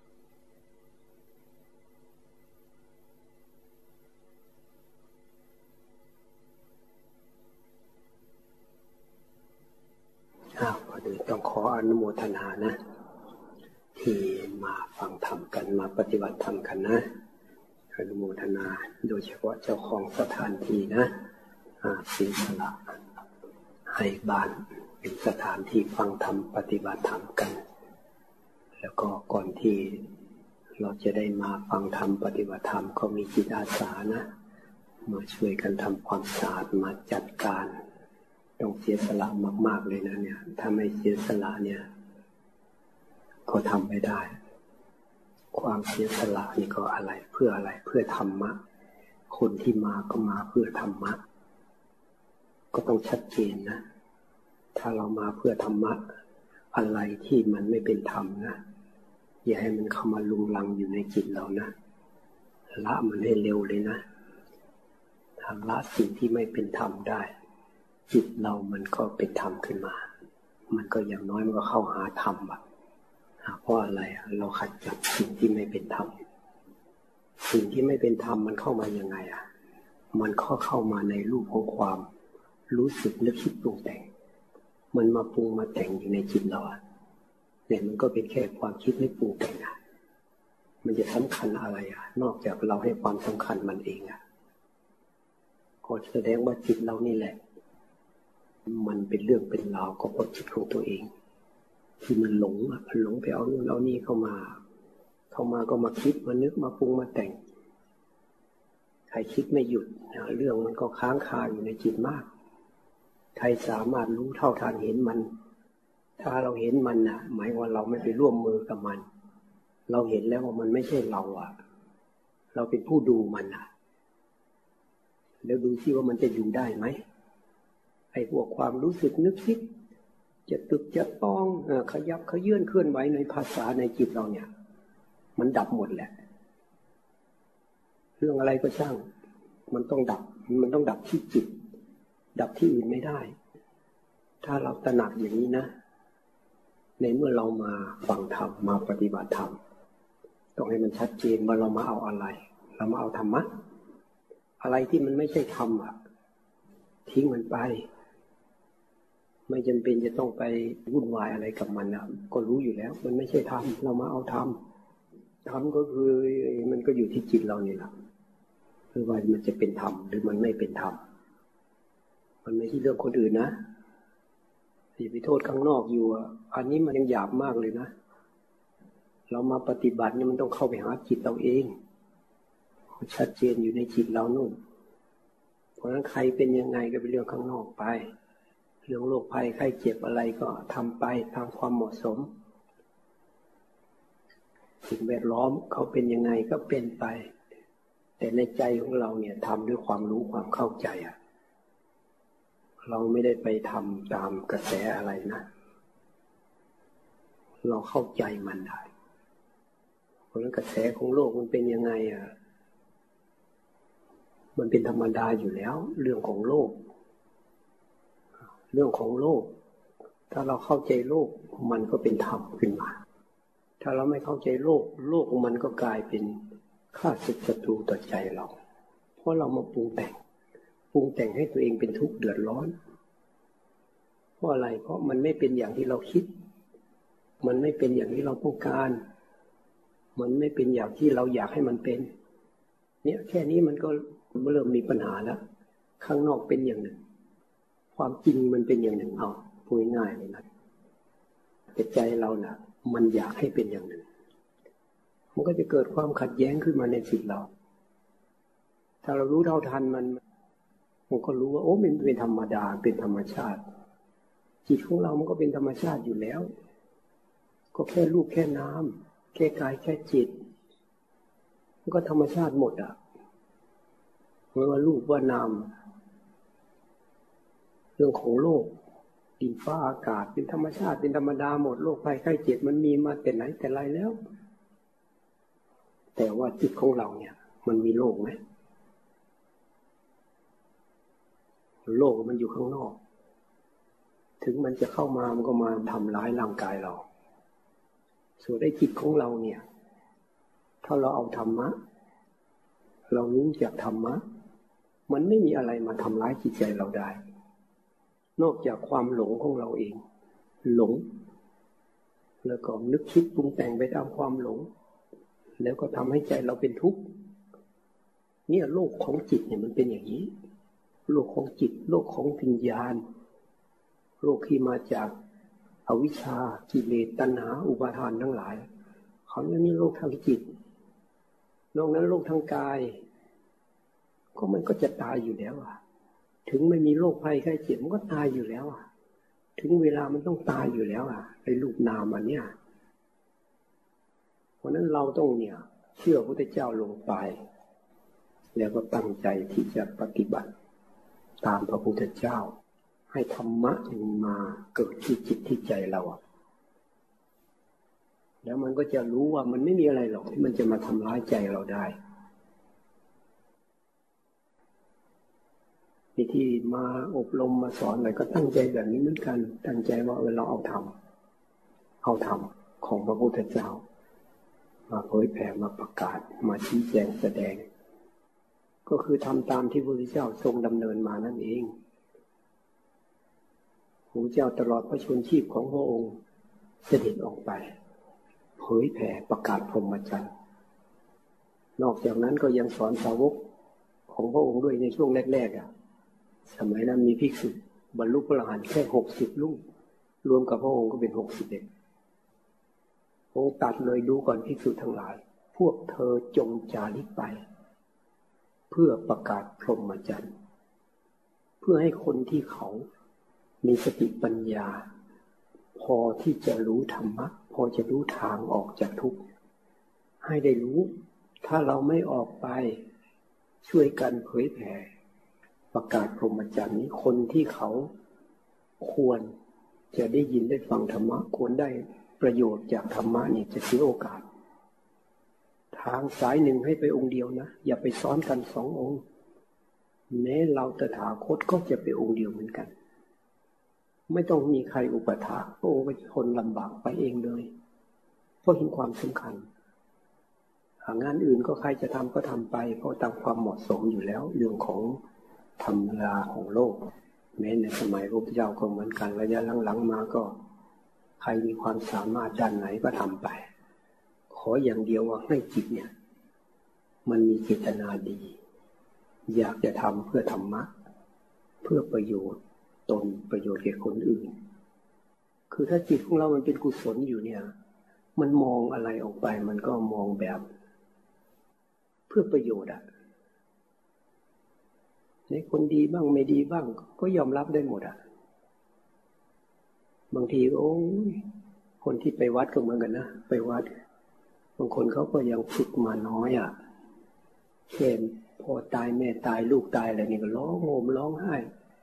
ก่อนอื่นต้องขออนุโมทนานะที่มาฟังธรรมกันมาปฏิบัติธรรมกันนะอนุโมทนาโดยเฉพาะเจ้าของสถานที่นะเสียสละให้บ้านเป็นสถานที่ฟังธรรมปฏิบัติธรรมกันแล้วก็ก่อนที่เราจะได้มาฟังธรรมปฏิบัติธรรมก็มีจิตอาสานะมาช่วยกันทำความสะอาดมาจัดการต้องเสียสละมากๆเลยนะเนี่ยถ้าไม่เสียสละเนี่ยก็ทำไม่ได้ความเสียสละนี่ก็อะไรเพื่ออะไรเพื่อธรรมะคนที่มาก็มาเพื่อธรรมะก็ต้องชัดเจนนะถ้าเรามาเพื่อธรรมะอะไรที่มันไม่เป็นธรรมนะอย่าให้มันเข้ามาลุงลังอยู่ในจิตเรานะละมันให้เร็วเลยนะถ้าละสิ่งที่ไม่เป็นธรรมได้จิตเรามันก็เป็นธรรมขึ้นมามันก็อย่างน้อยมันก็เข้าหาธรรมอะเพราะอะไรเราขัดจับสิ่งที่ไม่เป็นธรรมสิ่งที่ไม่เป็นธรรมมันเข้ามายังไงมันเข้ามาในรูปของความรู้สึกนึกคิดปรุงแต่งมันมาปรุงมาแต่งอยู่ในจิตเราเนี่ยมันก็เป็นแค่ความคิดไม่ปรุงแต่งมันจะสำคัญอะไรนอกจากเราให้ความสำคัญมันเองก็แสดงว่าจิตเรานี่แหละมันเป็นเรื่องเป็นราวก็เพราะจิตของตัวเองที่มันหลงไปเอานู่นเอานี่เข้ามาก็มาคิดมานึกมาปรุงมาแต่งใครคิดไม่หยุดเรื่องมันก็ค้างคาอยู่ในจิตมากใครสามารถรู้เท่าทันเห็นมันถ้าเราเห็นมันหมายว่าเราไม่ไปร่วมมือกับมันเราเห็นแล้วว่ามันไม่ใช่เราเราเป็นผู้ดูมันแล้วดูซิว่ามันจะอยู่ได้ไหมไอ้พวกความรู้สึกนึกคิดจะตึกจะต้องขยับขยื่นเคลื่อนไหวในภาษาในจิตเราเนี่ยมันดับหมดแหละเรื่องอะไรก็ช่างมันต้องดับที่จิตดับที่อื่นไม่ได้ถ้าเราตระหนักอย่างนี้นะในเมื่อเรามาฟังธรรมมาปฏิบัติธรรมต้องให้มันชัดเจนว่าเรามาเอาอะไรเรามาเอาธรรมะอะไรที่มันไม่ใช่ธรรมทิ้งมันไปไม่จำเป็นจะต้องไปวุ่นวายอะไรกับมันก็รู้อยู่แล้วมันไม่ใช่ธรรมเรามาเอาธรรมก็คือมันก็อยู่ที่จิตเรานี่แหละคือว่ามันจะเป็นธรรมหรือมันไม่เป็นธรรมมันไม่ใช่เรื่องคนอื่นนะอย่าไปโทษข้างนอกอยู่อันนี้มันยังหยาบมากเลยนะเรามาปฏิบัตินี่มันต้องเข้าไปหาจิตเราเองชัดเจนอยู่ในจิตเรานู่นเพราะฉะนั้นใครเป็นยังไงก็เป็นเรื่องข้างนอกไปเรื่องโรคภัยไข้เจ็บอะไรก็ทำไปตามความเหมาะสมสิ่งแวดล้อมเขาเป็นยังไงก็เป็นไปแต่ในใจของเราเนี่ยทำด้วยความรู้ความเข้าใจเราไม่ได้ไปทำตามกระแสอะไรนะเราเข้าใจมันได้เพราะฉะนั้นกระแสของโลกมันเป็นยังไงมันเป็นธรรมดาอยู่แล้วเรื่องของโลกถ้าเราเข้าใจโลกมันก็เป็นธรรมขึ้นมาถ้าเราไม่เข้าใจโลกมันก็กลายเป็นข้าศึกศัตรูต่อใจเราเพราะเรามาปรุงแต่งให้ตัวเองเป็นทุกข์เดือดร้อนเพราะอะไรเพราะมันไม่เป็นอย่างที่เราคิดมันไม่เป็นอย่างที่เราต้องการมันไม่เป็นอย่างที่เราอยากให้มันเป็นเนี่ยแค่นี้มันก็เริ่มมีปัญหาแล้วข้างนอกเป็นอย่างหนึ่งความจริงมันเป็นอย่างหนึ่งพูดง่ายเลยนะแต่ใจเรามันอยากให้เป็นอย่างหนึ่งมันก็จะเกิดความขัดแย้งขึ้นมาในจิตเราถ้าเรารู้เท่าทันมันก็รู้ว่ามันเป็นธรรมดาเป็นธรรมชาติจิตของเรามันก็เป็นธรรมชาติอยู่แล้วก็แค่รูปแค่น้ำแค่กายแค่จิตมันก็ธรรมชาติหมดไม่ว่ารูปว่านามเรื่องของโลกดินฟ้าอากาศเป็นธรรมชาติเป็นธรรมดาหมดโรคภัยไข้เจ็บมันมีมาแต่ไหนแต่ไรแล้วแต่ว่าจิตของเราเนี่ยมันมีโลกไหมโลกมันอยู่ข้างนอกถึงมันจะเข้ามามันก็มาทำร้ายร่างกายเราส่วนไอ้จิตของเราเนี่ยถ้าเราเอาธรรมะเรารู้จักธรรมะมันไม่มีอะไรมาทำร้ายจิตใจเราได้นอกจากความหลงของเราเองหลงแล้วก็นึกคิดปรุงแต่งไปตามความหลงแล้วก็ทำให้ใจเราเป็นทุกข์เนี่ยโลกของจิตเนี่ยมันเป็นอย่างนี้โลกของจิตโลกของวิญญาณโลกที่มาจากอวิชชากิเลสตัณหาอุปาทานทั้งหลายเขาเรียกนี่โลกทางจิตนอกนั้นโลกทางกายก็มันก็จะตายอยู่แล้วถึงไม่มีโรคภัยไข้เจ็บมันก็ตายอยู่แล้วถึงเวลามันต้องตายอยู่แล้วไอ้รูปนามอันเนี้ยเพราะนั้นเราต้องเนี่ยเชื่อพระพุทธเจ้าลงไปแล้วก็ตั้งใจที่จะปฏิบัติตามพระพุทธเจ้าให้ธรรมะมาเกิดที่จิตที่ใจเราแล้วมันก็จะรู้ว่ามันไม่มีอะไรหรอกที่มันจะมาทำร้ายใจเราได้ที่มาอบรมมาสอนอะไรก็ตั้งใจแบบนี้เหมือนกันตั้งใจว่าเราเอาธรรมของพระพุทธเจ้ามาเผยแผ่มาประกาศมาชี้แจงแสดงก็คือทำตามที่พระพุทธเจ้าทรงดำเนินมานั่นเองพระพุทธเจ้าตลอดพระชนชีพของพระองค์เสด็จออกไปเผยแผ่ประกาศพรหมจรรย์นอกจากนั้นก็ยังสอนสาวกของพระองค์ด้วยในช่วงแรกๆสมัยนั้นมีภิกษุบรรลุพระอรหันต์แค่60 รูปรวมกับพระองค์ก็เป็น61องค์ตัดเลยดูก่อนภิกษุทั้งหลายพวกเธอจงจาริกไปเพื่อประกาศพรหมจรรย์เพื่อให้คนที่เขามีสติปัญญาพอที่จะรู้ธรรมะพอจะรู้ทางออกจากทุกข์ให้ได้รู้ถ้าเราไม่ออกไปช่วยกันเผยแผ่ประกาศพรหมจรรย์นี้คนที่เขาควรจะได้ยินได้ฟังธรรมะควรได้ประโยชน์จากธรรมะนี่จะเสียโอกาสทางสายหนึ่งให้ไปองค์เดียวนะอย่าไปซ้อนกัน2 องค์แม้เราตถาคตก็จะไปองค์เดียวเหมือนกันไม่ต้องมีใครอุปถากพระองค์เป็นคนลำบากไปเองเลยเพราะเห็นความสำคัญงานอื่นก็ใครจะทำก็ทำไปเพราะตามความเหมาะสมอยู่แล้วเรื่องของธรรมดาของโลกแม้ในสมัยพระพุทธเจ้าก็เหมือนกันระยะหลังๆมาก็ใครมีความสามารถด้านไหนก็ทำไปขออย่างเดียวว่าให้จิตเนี่ยมันมีเจตนาดีอยากจะทำเพื่อธรรมะเพื่อประโยชน์ตนประโยชน์แก่คนอื่นคือถ้าจิตของเรามันเป็นกุศลอยู่เนี่ยมันมองอะไรออกไปมันก็มองแบบเพื่อประโยชน์ในคนดีบ้างไม่ดีบ้างก็ยอมรับได้หมดบางทีคนที่ไปวัดก็เหมือนกันนะไปวัดบางคนเขาก็ยังฝึกมาน้อยเช่นพ่อตายแม่ตายลูกตายอะไรนี่ก็ร้องโหมร้องไห้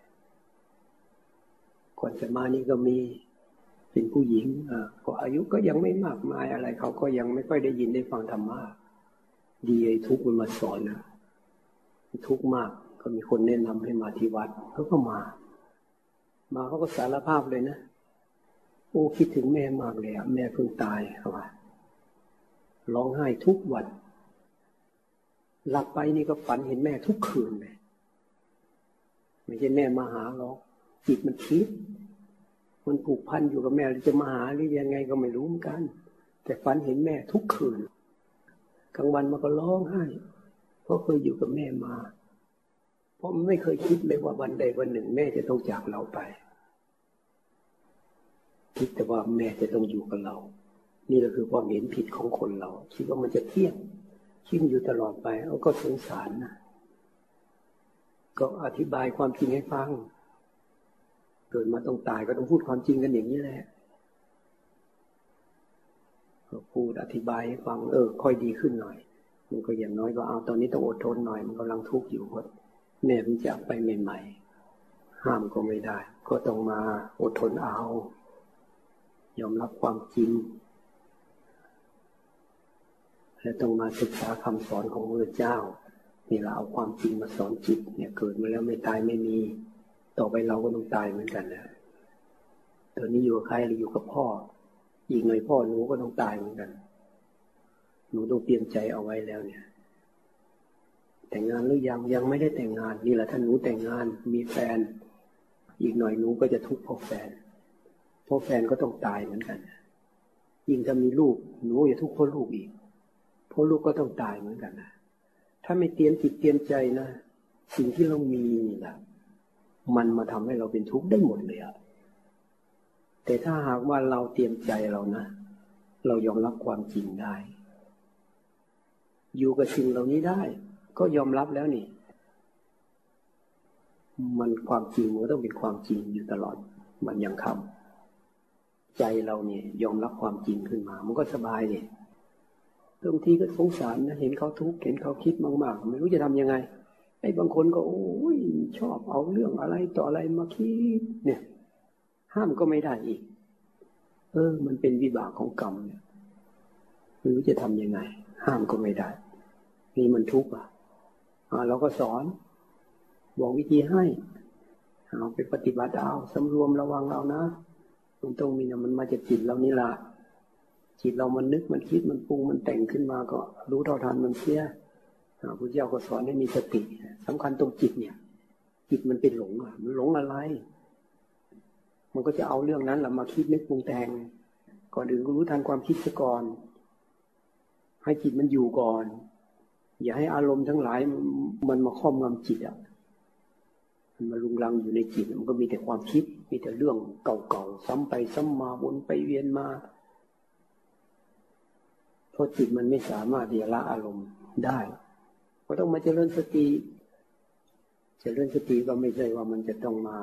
ก่อนจะมานี่ก็มีเป็นผู้หญิงก็อายุก็ยังไม่มากมายอะไรเขาก็ยังไม่ค่อยได้ยินได้ฟังธรรมะดีไอ้ทุกข์มันมาสอนนะทุกข์มากก็มีคนแนะนำให้มาที่วัดเขาก็มาเขาก็สารภาพเลยนะคิดถึงแม่มากเลยแม่เพิ่งตายเขาว่าร้องไห้ทุกวันหลับไปนี่ก็ฝันเห็นแม่ทุกคืนเลยไม่ใช่แม่มาหาหรอกจิตมันคิดมันผูกพันอยู่กับแม่จะมาหาหรือยังไงก็ไม่รู้เหมือนกันแต่ฝันเห็นแม่ทุกคืนกลางวันมันก็ร้องไห้เพราะเคยอยู่กับแม่มาเพราะมันไม่เคยคิดเลยว่าวันใดวันหนึ่งแม่จะต้องจากเราไปคิดแต่ว่าแม่จะต้องอยู่กับเรานี่ก็คือความเห็นผิดของคนเราคิดว่ามันจะเที่ยงคิดอยู่ตลอดไปก็สงสารนะก็อธิบายความจริงให้ฟังเกิดมาต้องตายก็ต้องพูดความจริงกันอย่างนี้แหละก็พูดอธิบายให้ฟังค่อยดีขึ้นหน่อยมันก็อย่างน้อยก็ตอนนี้ต้องอดทนหน่อยมันกำลังทุกข์อยู่เพราะแม่เพิ่งจากไปใหม่ๆห้ามก็ไม่ได้ก็ต้องมาอดทนเอายอมรับความจริงและต้องมาศึกษาคำสอนของพระพุทธเจ้านี่เราเอาความจริงมาสอนจิตเนี่ยเกิดมาแล้วไม่ตายไม่มีต่อไปเราก็ต้องตายเหมือนกันนะตอนนี้อยู่กับใครหรืออยู่กับพ่ออีกหน่อยพ่อหนูก็ต้องตายเหมือนกันหนูต้องเตรียมใจเอาไว้แล้วเนี่ยแต่งงานหรือยังไม่ได้แต่งงานนี่แหละถ้าหนูแต่งงานมีแฟนอีกหน่อยหนูก็จะทุกข์เพราะแฟนก็ต้องตายเหมือนกันยิ่งถ้ามีลูกหนูจะทุกข์เพราะลูกอีกเพราะลูกก็ต้องตายเหมือนกันนะถ้าไม่เตรียมจิตเตรียมใจนะสิ่งที่เรามีนี่แหละมันมาทำให้เราเป็นทุกข์ได้หมดเลยอะแต่ถ้าหากว่าเราเตรียมใจเรานะเรายอมรับความจริงได้อยู่กับสิ่งเหล่านี้ได้ก็ยอมรับแล้วนี่มันความจริงมันต้องเป็นความจริงอยู่ตลอดมันยังคำใจเราเนี่ยยอมรับความจริงขึ้นมามันก็สบายเนี่ยบางทีก็สงสารนะเห็นเขาทุกข์เห็นเขาคิดมากๆไม่รู้จะทำยังไงไอ้บางคนก็โอ้ยชอบเอาเรื่องอะไรต่ออะไรมาคิดเนี่ยห้ามก็ไม่ได้อีกมันเป็นวิบากของกรรมเนี่ยไม่รู้จะทำยังไงห้ามก็ไม่ได้นี่มันทุกข์เราก็สอนบอกวิธีให้เอาไปปฏิบัติเอาสำรวมระวังเอานะมันต้องมีนะมันมาจากจิตเรานี่ละจิตเรามันนึกมันคิดมันปรุงมันแต่งขึ้นมาก็รู้เท่าทันมันเสียพระพุทธเจ้าก็สอนให้มีสติสำคัญตรงจิตเนี่ยจิตมันเป็นหลงมันหลงอะไรมันก็จะเอาเรื่องนั้นแหละมาคิดนึกปรุงแต่งก่อนอื่นก็รู้ทันความคิดซะก่อนให้จิตมันอยู่ก่อนอย่าให้อารมณ์ทั้งหลายมันมาครอบงำจิตมันมาลุงลังอยู่ในจิตมันก็มีแต่ความคิดมีแต่เรื่องเก่าๆซ้ำไปซ้ำมาวนไปเวียนมาเพราะจิตมันไม่สามารถที่จะละอารมณ์ได้ก็ต้องมาเจริญสติก็ไม่ใช่ว่ามันจะต้องมา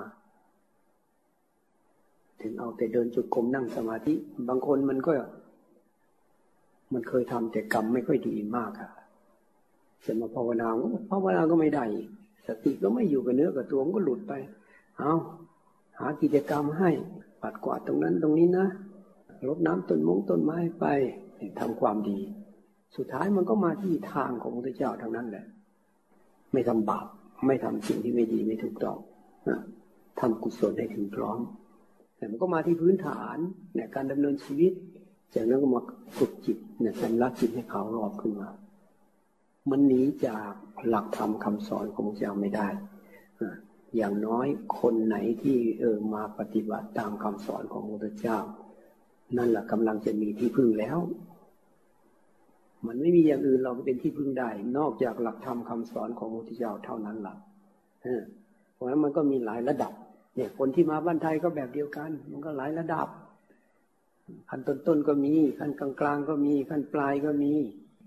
ถึงเอาแต่เดินจุดกรมนั่งสมาธิบางคนมันมันเคยทำแต่กรรมไม่ค่อยดีมากจะมาภาวนาก็ไม่ได้สติก็ไม่อยู่กับเนื้อกับตัวมันก็หลุดไปเอาหากิจกรรมให้ปัดกวาดตรงนั้นตรงนี้นะรดน้ำต้นไม้ไปทำความดีสุดท้ายมันก็มาที่ทางของพระพุทธเจ้าทั้งนั้นแหละไม่ทำบาปไม่ทำสิ่งที่ไม่ดีไม่ถูกต้องทำกุศลให้ถึงพร้อมแต่มันก็มาที่พื้นฐานเนี่ยการดำเนินชีวิตจากนั้นก็มาฝึกจิตเนี่ยสำลักจิตให้เขารอบขึ้นมามันหนีจากหลักธรรมคำสอนของพระเจ้าไม่ได้อย่างน้อยคนไหนที่มาปฏิบัติตามคำสอนของพระพุทธเจ้านั่นแหละกำลังจะมีที่พึ่งแล้วมันไม่มีอย่างอื่นเราเป็นที่พึ่งได้นอกจากหลักธรรมคำสอนของพระพุทธเจ้าเท่านั้นล่ะเพราะฉะนั้นมันก็มีหลายระดับเนี่ยคนที่มาบ้านไทยก็แบบเดียวกันมันก็หลายระดับขั้นต้นๆก็มีขั้นกลางๆก็มีขั้นปลายก็มี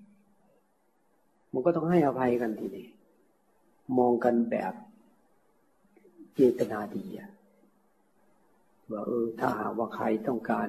มันก็ต้องให้อภัยกันทีนี้มองกันแบบเจตนาดีว่าถ้าหากว่าใครต้องการ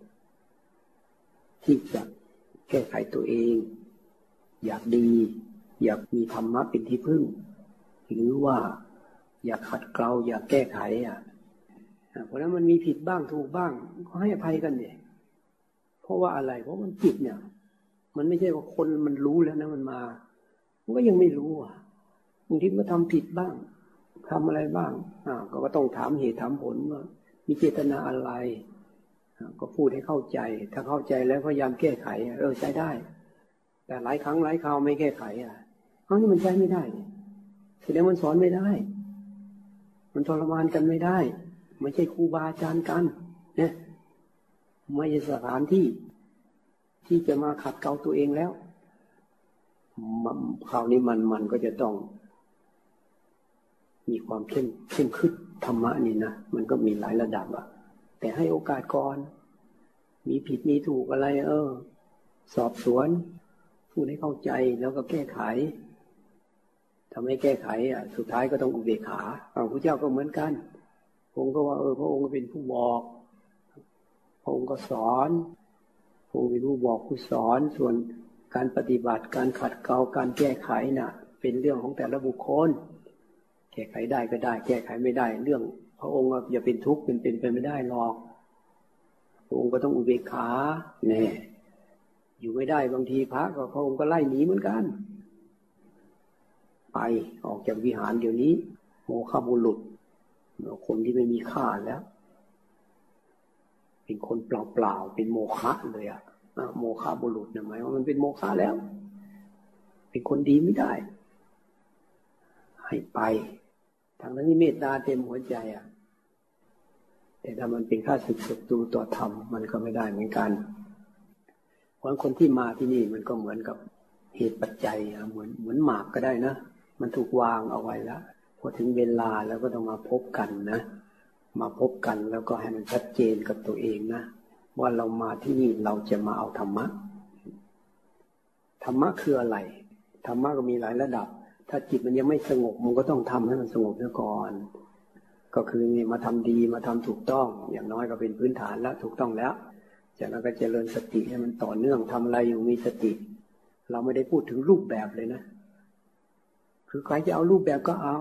ที่จะแก้ไขตัวเองอยากดีอยากมีธรรมะเป็นที่พึ่งหรือว่าอยากขัดเกลาอยากแก้ไขเพราะนั้นมันมีผิดบ้างถูกบ้างก็ให้อภัยกันเนี่ยเพราะว่าอะไรเพราะมันจิตเนี่ยมันไม่ใช่ว่าคนมันรู้แล้วนะมันก็ยังไม่รู้บางทีมันทำผิดบ้างทำอะไรบ้างก็ต้องถามเหตุถามผลว่ามีเจตนาอะไรก็พูดให้เข้าใจถ้าเข้าใจแล้วพยายามแก้ไขใช้ได้แต่หลายครั้งหลายคราวไม่แก้ไขนี่มันใช้ไม่ได้แสดงมันสอนไม่ได้มันทรมานกันไม่ได้ไม่ใช่ครูบาอาจารย์กันเนี่ยไม่ใช่สถานที่จะมาขัดเกลาตัวเองแล้วคราวนี้มันก็จะต้องมีความเข้มขึ้นธรรมะนี่นะมันก็มีหลายระดับแต่ให้โอกาสก่อนมีผิดมีถูกอะไรสอบสวนพูดให้เข้าใจแล้วก็แก้ไขถ้าไม่แก้ไขสุดท้ายก็ต้องอุเบกขาพระพุทธเจ้าก็เหมือนกันพระองค์ก็ว่าพระองค์ก็เป็นผู้บอกพระองค์ก็สอนพระองค์เป็นผู้บอกผู้สอนส่วนการปฏิบัติการขัดเกลาการแก้ไขน่ะเป็นเรื่องของแต่ละบุคคลแก้ไขได้ก็ได้แก้ไขไม่ได้เรื่องพระองค์อย่าเป็นทุกข์เป็นไปไม่ได้หรอกพระองค์ก็ต้องอุเบกขาเนี่ยอยู่ไม่ได้บางทีพระก็พระองค์ก็ไล่หนีเหมือนกันไปออกจากวิหารเดี๋ยวนี้โมฆะบุรุษคนที่ไม่มีค่าแล้วเป็นคนเปล่าๆเป็นโมฆะเลยโมฆะบุรุษหมายว่ามันเป็นโมฆะแล้วเป็นคนดีไม่ได้ให้ไปทางนั้นนี่เมตตาเต็มหัวใจแต่ถ้ามันเป็นข้าศึกศัตรูต่อธรรมมันก็ไม่ได้เหมือนกันเพราะคนที่มาที่นี่มันก็เหมือนกับเหตุปัจจัยเหมือนหมากก็ได้นะมันถูกวางเอาไว้แล้วพอถึงเวลาแล้วก็ต้องมาพบกันนะมาพบกันแล้วก็ให้มันชัดเจนกับตัวเองนะว่าเรามาที่นี่เราจะมาเอาธรรมะธรรมะคืออะไรธรรมะก็มีหลายระดับถ้าจิตมันยังไม่สงบมันก็ต้องทำให้มันสงบซะก่อนก็คือนี่มาทำดีมาทำถูกต้องอย่างน้อยก็เป็นพื้นฐานแล้วถูกต้องแล้วจากนั้นก็เจริญสติให้มันต่อเนื่องทำอะไรอยู่มีสติเราไม่ได้พูดถึงรูปแบบเลยนะคือใครจะเอารูปแบบก็เอา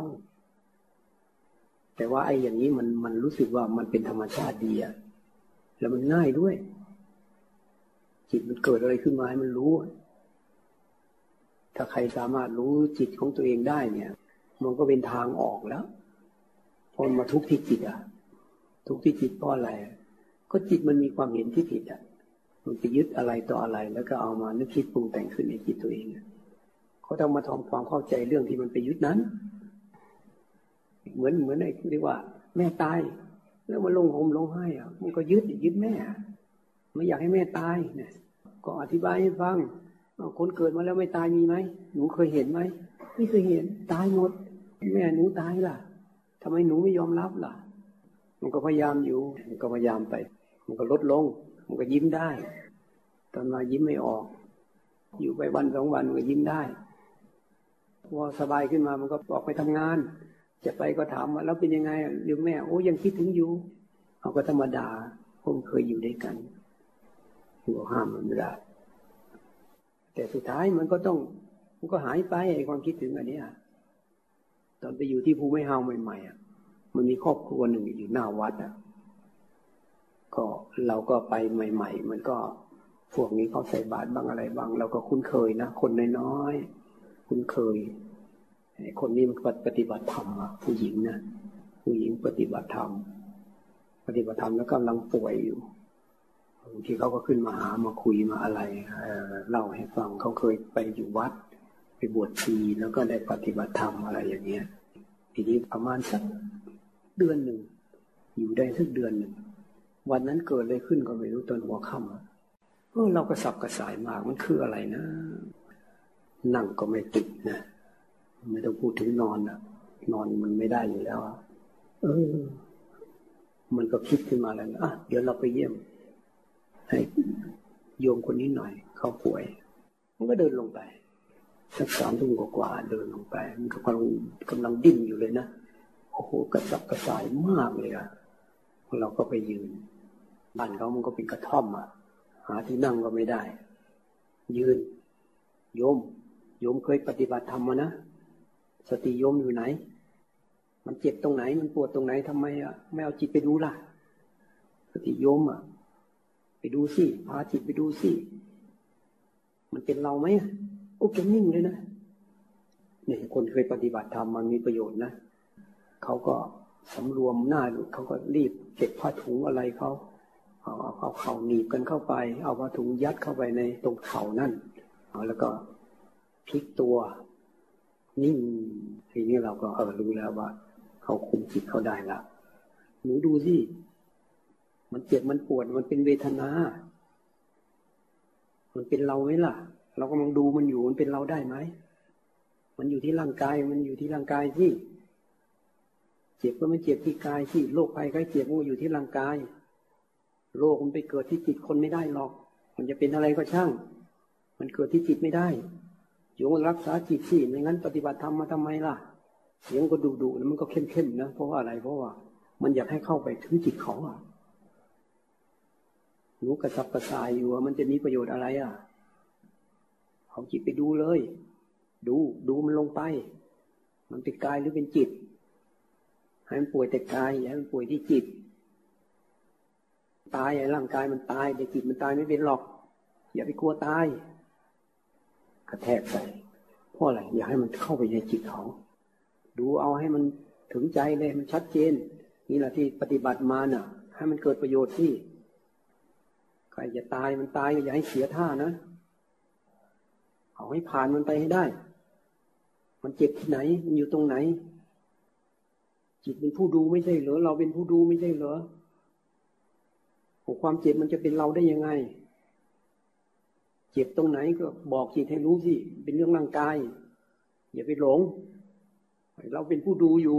แต่ว่าไอ้อย่างนี้มันรู้สึกว่ามันเป็นธรรมชาติดีแล้วมันง่ายด้วยจิตมันเกิดอะไรขึ้นมาให้มันรู้ถ้าใครสามารถรู้จิตของตัวเองได้เนี่ยมันก็เป็นทางออกแล้วพอมาทุกข์ที่จิตทุกข์ที่จิตเพราะอะไรก็จิตมันมีความเห็นที่ผิดมันไปยึดอะไรต่ออะไรแล้วก็เอามานึกคิดปรุงแต่งขึ้นในจิตตัวเองเขาต้องมาทำความเข้าใจเรื่องที่มันไปยึดนั้นเหมือนไอ้ที่เรียกว่าแม่ตายแล้วมาลงห่มลงไห้มันก็ยึดแม่ไม่อยากให้แม่ตายเนี่ยก็อธิบายให้ฟังคนเกิดมาแล้วไม่ตายมีไหมหนูเคยเห็นไหมไม่เคยเห็นตายหมดแม่หนูตายล่ะทำไมหนูไม่ยอมรับล่ะมันก็พยายามอยู่มันก็พยายามไปมันก็ลดลงมันก็ยิ้มได้ตอนมายิ้มไม่ออกอยู่ไปวันสองวันมันก็ยิ้มได้พอสบายขึ้นมามันก็ออกไปทำงานจะไปก็ถามว่าแล้วเป็นยังไงเรื่องแม่โอ้ยังคิดถึงอยู่เอาก็ธรรมดาผมเคยอยู่ด้วยกันหัวห้ามมันไม่ได้แต่สุดท้ายมันก็หายไปไอ้ความคิดถึงอันนี้ตอนไปอยู่ที่ภูไม่เฮาใหม่ๆมันมีครอบครัวหนึ่งอยู่หน้าวัดก็เราก็ไปใหม่ๆมันก็พวกนี้เขาใส่บาตรบ้างอะไรบ้างเราก็คุ้นเคยนะคนน้อยๆคุ้นเคยคนนี้มันปฏิบัติธรรมผู้หญิงนะผู้หญิงปฏิบัติธรรมแล้วกำลังป่วยอยู่บางทีเขาก็ขึ้นมาหามาคุยมาอะไรเล่าให้ฟังเขาเคยไปอยู่วัดไปบวชชีแล้วก็ได้ปฏิบัติธรรมอะไรอย่างเงี้ยทีนี้ประมาณสักเดือนหนึ่งอยู่ได้สักเดือนหนึ่งวันนั้นเกิดอะไรขึ้นก็ไม่รู้ตอนหัวค่ำเราก็สับกระสายมากมันคืออะไรนะนั่งก็ไม่ติดนะไม่ต้องพูดถึงนอนนอนมันไม่ได้อยู่แล้วมันก็คิดขึ้นมาแล้วเดี๋ยวเราไปเยี่ยมให้โยมคนนี้หน่อยเขาป่วยมันก็เดินลงไปสัก3 ทุ่มกว่าเดินลงไปมันกำลังดิ้นอยู่เลยนะโอ้โหกระสับกระส่ายมากเลยเราก็ไปยืนบ้านเขามันก็เป็นกระท่อมหาที่นั่งก็ไม่ได้ยืนโยมเคยปฏิบัติธรรมมานะสติโยมอยู่ไหนมันเจ็บตรงไหนมันปวดตรงไหนทำไมไม่เอาจิตไปดูล่ะสติโยมไปดูสิพาจิตไปดูสิมันเป็นเราไหมโอ้แกนิ่งเลยนะเนี่ยคนเคยปฏิบัติธรรมมันมีประโยชน์นะเขาก็สำรวมหน้าเขาก็รีบเก็บผ้าถุงอะไรเขาเอาเข่าหนีบกันเข้าไปเอาผ้าถุงยัดเข้าไปในตรงเข่านั่นแล้วก็พลิกตัวนิ่งทีนี้เราก็รู้แล้วว่าเขาคุมจิตเขาได้ละหนูดูสิมันเจ็บมันปวดมันเป็นเวทนามันเป็นเราไหมล่ะเรากำลังดูมันอยู่มันเป็นเราได้ไหมมันอยู่ที่ร่างกายมันอยู่ที่ร่างกายที่เจ็บก็ไม่เจ็บที่กายที่โรคภัยไข้เจ็บมันอยู่ที่ร่างกายโรคมันไปเกิดที่จิตคนไม่ได้หรอกมันจะเป็นอะไรก็ช่างมันเกิดที่จิตไม่ได้โยมรักษาจิตสิไม่งั้นปฏิบัติธรรมมาทำไมล่ะเสียงก็ดุๆแล้วมันก็เข้มๆนะเพราะว่าอะไรเพราะว่ามันอยากให้เข้าไปถึงจิตเขาหนูกระสับกระส่ายอยู่มันจะมีประโยชน์อะไรเอาจิตไปดูเลยดูมันลงไปมันเป็นกายหรือเป็นจิตให้มันป่วยแต่กายอย่าให้มันป่วยที่จิตตายร่างกายมันตายแต่จิตมันตายไม่เป็นหรอกอย่าไปกลัวตายกระแทกไปเพราะอะไรอยากให้มันเข้าไปในจิตเขาดูเอาให้มันถึงใจเลยมันชัดเจนนี่แหละที่ปฏิบัติมาให้มันเกิดประโยชน์ที่ใครจะตายมันตายก็อย่าให้เสียท่านะเอาให้ผ่านมันไปให้ได้มันเจ็บที่ไหนมันอยู่ตรงไหนจิตเป็นผู้ดูไม่ใช่เหรอเราเป็นผู้ดูไม่ใช่เหรอความเจ็บมันจะเป็นเราได้ยังไงเจ็บตรงไหนก็บอกจิตให้รู้สิเป็นเรื่องร่างกายอย่าไปหลงเราเป็นผู้ดูอยู่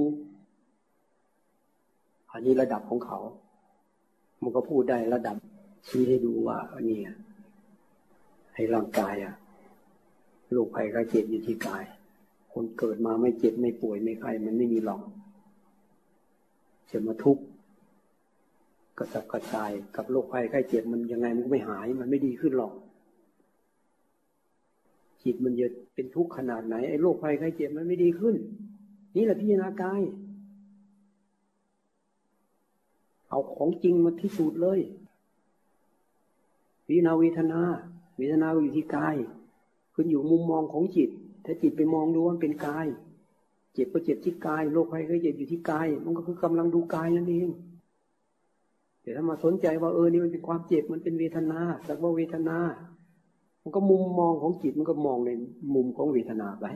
อันนี้ระดับของเขามันก็พูดได้ระดับชี้ให้ดูว่านี่ให้ร่างกายโรคภัยไข้เจ็บอยู่ที่กายคนเกิดมาไม่เจ็บไม่ป่วยไม่ไข้มันไม่มีหรอกจะมาทุกข์กระสับกระส่ายกับโรคภัยไข้เจ็บมันยังไงมันก็ไม่หายมันไม่ดีขึ้นหรอกจิตมันจะเป็นทุกข์ขนาดไหนไอ้โรคภัยไข้เจ็บมันไม่ดีขึ้นนี่แหละพิจารณากายเอาของจริงมาพิสูจน์เลยพิจารณาเวทนาเวทนาอยู่ที่กายขึ้นอยู่มุมมองของจิตถ้าจิตไปมองดูว่าเป็นกายเจ็บก็เจ็บที่กายโรคภัยไข้เจ็บอยู่ที่กายมันก็คือกำลังดูกายนั่นเองแต่ถ้ามาสนใจว่านี่มันเป็นความเจ็บมันเป็นเวทนาสักว่าเวทนามันก็มุมมองของจิตมันก็มองในมุมของเวทนาไป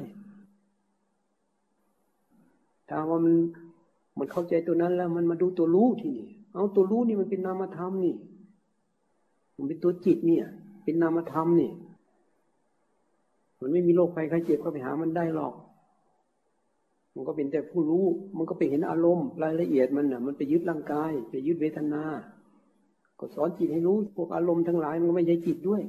ถ้าว่ามันเข้าใจตัวนั้นแล้วมันมาดูตัวรู้ที่นี่เอาตัวรู้นี่มันเป็นนามธรรมนี่มันเป็นตัวจิตเนี่ยเป็นนามธรรมนี่มันไม่มีโรคภัยไข้เจ็บก็ไปหามันได้หรอกมันก็เป็นแต่ผู้รู้มันก็ไปเห็นอารมณ์รายละเอียดมันน่ะมันไปยึดร่างกายไปยึดเวทนาก็สอนจิตให้รู้พวกอารมณ์ทั้งหลายมันไม่ใช่จิตด้วย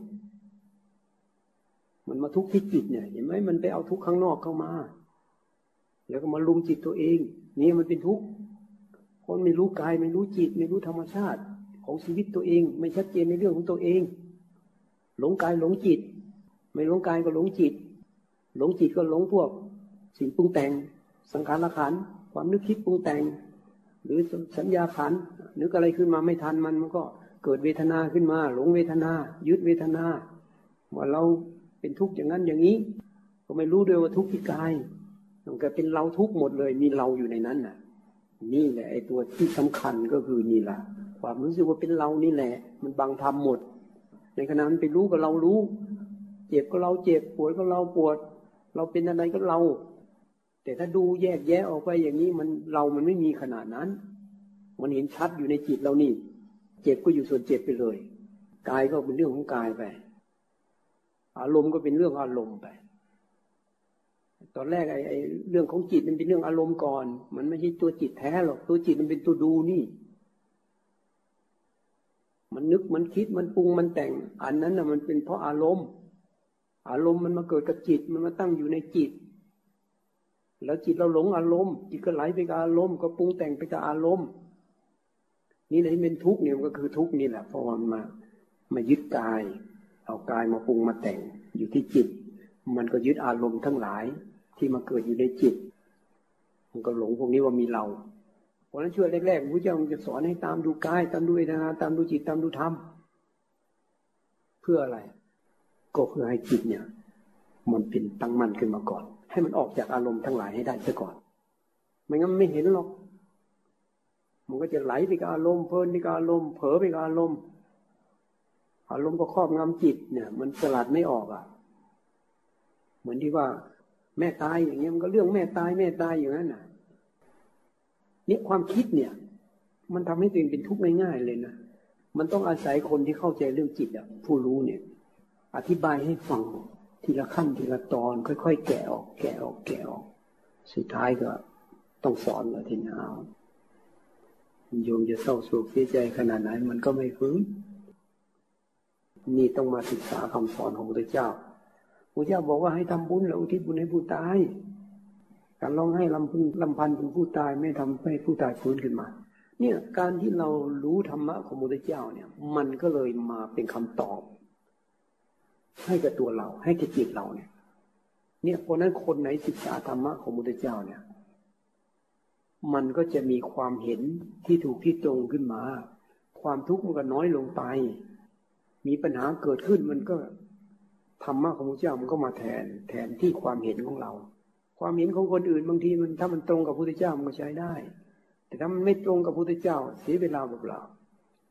มันมาทุกข์ที่จิตเนี่ยเห็นไหมมันไปเอาทุกข์ข้างนอกเข้ามาแล้วก็มาลุมจิตตัวเองนี่มันเป็นทุกข์คนไม่รู้กายไม่รู้จิตไม่รู้ธรรมชาติของชีวิตตัวเองไม่ชัดเจนในเรื่องของตัวเองหลงกายหลงจิตไม่หลงกายก็หลงจิตหลงจิตก็หลงพวกสิ่งปรุงแต่งสังขารขันธ์ความนึกคิดปรุงแต่งหรือสัญญาขันธ์นึกอะไรขึ้นมาไม่ทันมันก็เกิดเวทนาขึ้นมาหลงเวทนายึดเวทนาว่าเราเป็นทุกข์อย่างนั้นอย่างนี้ก็ไม่รู้ด้วยว่าทุกข์ที่กายมันก็เป็นเราทุกข์หมดเลยมีเราอยู่ในนั้นน่ะนี่แหละไอ้ตัวที่สำคัญก็คือนี่แหละความรู้สึกว่าเป็นเรานี่แหละมันบังทำหมดในขณะนั้นไปรู้ก็เรารู้เจ็บก็เราเจ็บปวดก็เราปวดเราเป็นอะไรก็เราแต่ถ้าดูแยกแยะออกไปอย่างนี้มันไม่มีขนาดนั้นมันเห็นชัดอยู่ในจิตเรานี่เจ็บก็อยู่ส่วนเจ็บไปเลยกายก็เป็นเรื่องของกายไปอารมณ์ก็เป็นเรื่องอารมณ์ไปตอนแรกไอ้เรื่องของจิตมันเป็นเรื่องอารมณ์ก่อนมันไม่ใช่ตัวจิตแท้หรอกตัวจิตมันเป็นตัวดูนี่มันนึกมันคิดมันปรุงมันแต่งอันนั้นน่ะมันเป็นเพราะอารมณ์มันมาเกิดกับจิตมันมาตั้งอยู่ในจิตแล้วจิตเราหลงอารมณ์จิตก็ไหลไปกับอารมณ์ก็ปรุงแต่งไปกับอารมณ์นี่แหละที่เป็นทุกข์เนี่ยมันก็คือทุกข์นี่แหละเพราะมันมายึดกายเอากายมาปรุงมาแต่งอยู่ที่จิตมันก็ยึดอารมณ์ทั้งหลายที่มาเกิดอยู่ในจิตมันก็หลงพวกนี้ว่ามีเราเพราะฉะนั้นช่วงแรกๆพระเจ้าจะสอนให้ตามดูกายตามดูเวทนาตามดูจิตตามดูธรรมเพื่ออะไรก็เพื่อให้จิตเนี่ยมันเป็นตั้งมั่นขึ้นมาก่อนให้มันออกจากอารมณ์ทั้งหลายให้ได้ซะก่อนไม่งั้นไม่เห็นหรอกมันก็จะไหลไปกับอารมณ์เพลินไปกับอารมณ์เผลอไปกับอารมณ์ก็ครอบงำจิตเนี่ยมันสลัดไม่ออกเหมือนที่ว่าแม่ตายอย่างเงี้ยมันก็เรื่องแม่ตายอย่างนั้นน่ะเนี่ยความคิดเนี่ยมันทำให้ตัวเองเป็นทุกข์ง่ายๆเลยนะมันต้องอาศัยคนที่เข้าใจเรื่องจิตผู้รู้เนี่ยอธิบายให้ฟังทีละขั้นทีละตอนค่อยๆแกะออกสุดท้ายก็ต้องสอนว่าทีนี้เอาโยมจะเศร้าโศกเสียใจขนาดไหนมันก็ไม่ฟื้นนี่ต้องมาศึกษาคำสอนของพระเจ้าพระเจ้าบอกว่าให้ทำบุญแล้วอุทิศบุญให้ผู้ตายการร้องให้ลำพันถึงผู้ตายไม่ทำให้ผู้ตายฟื้นขึ้นมาเนี่ยการที่เรารู้ธรรมะของพระเจ้าเนี่ยมันก็เลยมาเป็นคำตอบให้กับตัวเราให้กับจิตเราเนี่ยเพราะนั้นคนไหนศึกษาธรรมะของพระเจ้าเนี่ยมันก็จะมีความเห็นที่ถูกที่ตรงขึ้นมาความทุกข์มันก็น้อยลงไปมีปัญหาเกิดขึ้นมันก็ธรรมะของพระเจ้ามันก็มาแทนที่ความเห็นของเราความเห็นของคนอื่นบางทีมันถ้ามันตรงกับพระพุทธเจ้ามันก็ใช้ได้แต่ถ้ามันไม่ตรงกับพระพุทธเจ้าเสียเวลาเปล่า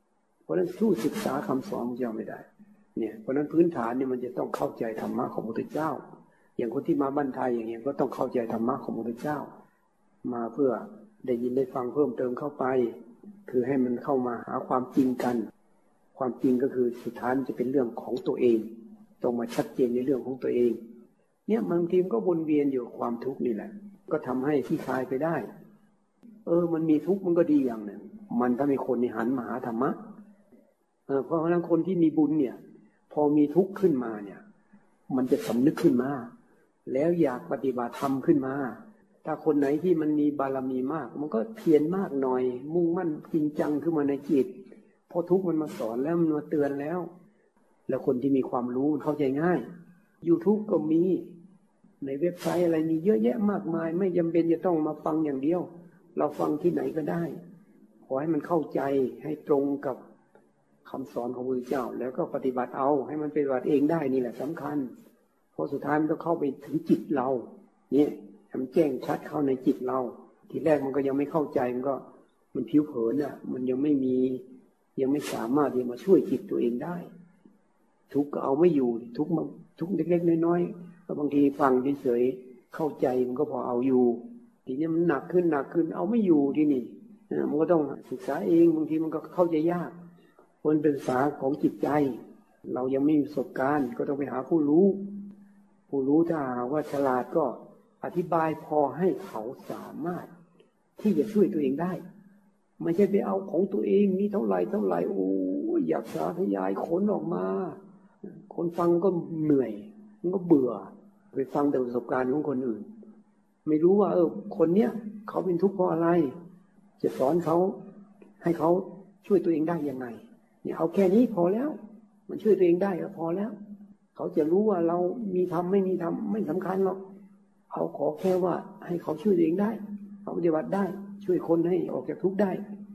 เพราะนั้นสู้ศึกษาคำสอนของเจ้าไม่ได้เนี่ยเพราะนั้นพื้นฐานเนี่ยมันจะต้องเข้าใจธรรมะของพระพุทธเจ้าอย่างคนที่มาบ้านไทยอย่างเงี้ยก็ต้องเข้าใจธรรมะของพระพุทธเจ้ามาเพื่อได้ยินได้ฟังเพิ่มเติมเข้าไปคือให้มันเข้ามาหาความจริงกันความจริงก็คือสุดท้ายจะเป็นเรื่องของตัวเองต้องมาชัดเจนในเรื่องของตัวเองเนี่ยบางทีมันก็วนเวียนอยู่ความทุกข์นี่แหละก็ทำให้ที่คลายไปได้มันมีทุกข์มันก็ดีอย่างหนึ่งมันถ้ามีคนหันมาหาธรรมะเพราะฉะนั้นคนที่มีบุญเนี่ยพอมีทุกข์ขึ้นมาเนี่ยมันจะสำนึกขึ้นมาแล้วอยากปฏิบัติธรรมขึ้นมาถ้าคนไหนที่มันมีบารมีมากมันก็เพียรมากหน่อยมุ่งมั่นจริงจังขึ้นมาในจิตพอทุกข์มันมาสอนแล้วมันมาเตือนแล้วคนที่มีความรู้มันเข้าใจง่าย YouTube ก็มีในเว็บไซต์อะไรมีเยอะแยะมากมายไม่จำเป็นจะต้องมาฟังอย่างเดียวเราฟังที่ไหนก็ได้ขอให้มันเข้าใจให้ตรงกับคำสอนของพระพุทธเจ้าแล้วก็ปฏิบัติเอาให้มันปฏิบัติเองได้นี่แหละสำคัญเพราะสุดท้ายมันก็เข้าไปถึงจิตเราเนี่ยมันแจ้งชัดเข้าในจิตเราทีแรกมันก็ยังไม่เข้าใจมันผิวเผินอ่ะมันยังไม่สามารถที่มาช่วยจิตตัวเองได้ทุกข์ก็เอาไม่อยู่ทุกข์เล็กๆน้อยๆก็บางทีฟังเฉยๆเข้าใจมันก็พอเอาอยู่ทีนี้มันหนักขึ้นเอาไม่อยู่ที่นี่มันก็ต้องศึกษาเองบางทีมันก็เข้าใจยากคนเป็นภาษาของจิตใจเรายังไม่มีประสบการณ์ก็ต้องไปหาผู้รู้ถ้าว่าฉลาดก็อธิบายพอให้เขาสามารถที่จะช่วยตัวเองได้ไม่ใช่ไปเอาของตัวเองนี่เท่าไหร่โอ้อยากสาธยายขนออกมาคนฟังก็เหนื่อยมันก็เบื่อไปฟังแต่ประสบการณ์ของคนอื่นไม่รู้ว่าคนเนี้ยเขาเป็นทุกข์เพราะอะไรจะสอนเขาให้เขาช่วยตัวเองได้ยังไงเนี่ยเอาแค่นี้พอแล้วมันช่วยตัวเองได้ก็พอแล้วเขาจะรู้ว่าเรามีธรรมไม่มีธรรมไม่สำคัญหรอกเขาขอแค่ว่าให้เขาช่วยตัวเองได้เขาปฏิบัติได้ช่วยคนให้ออกจากทุกข์ได้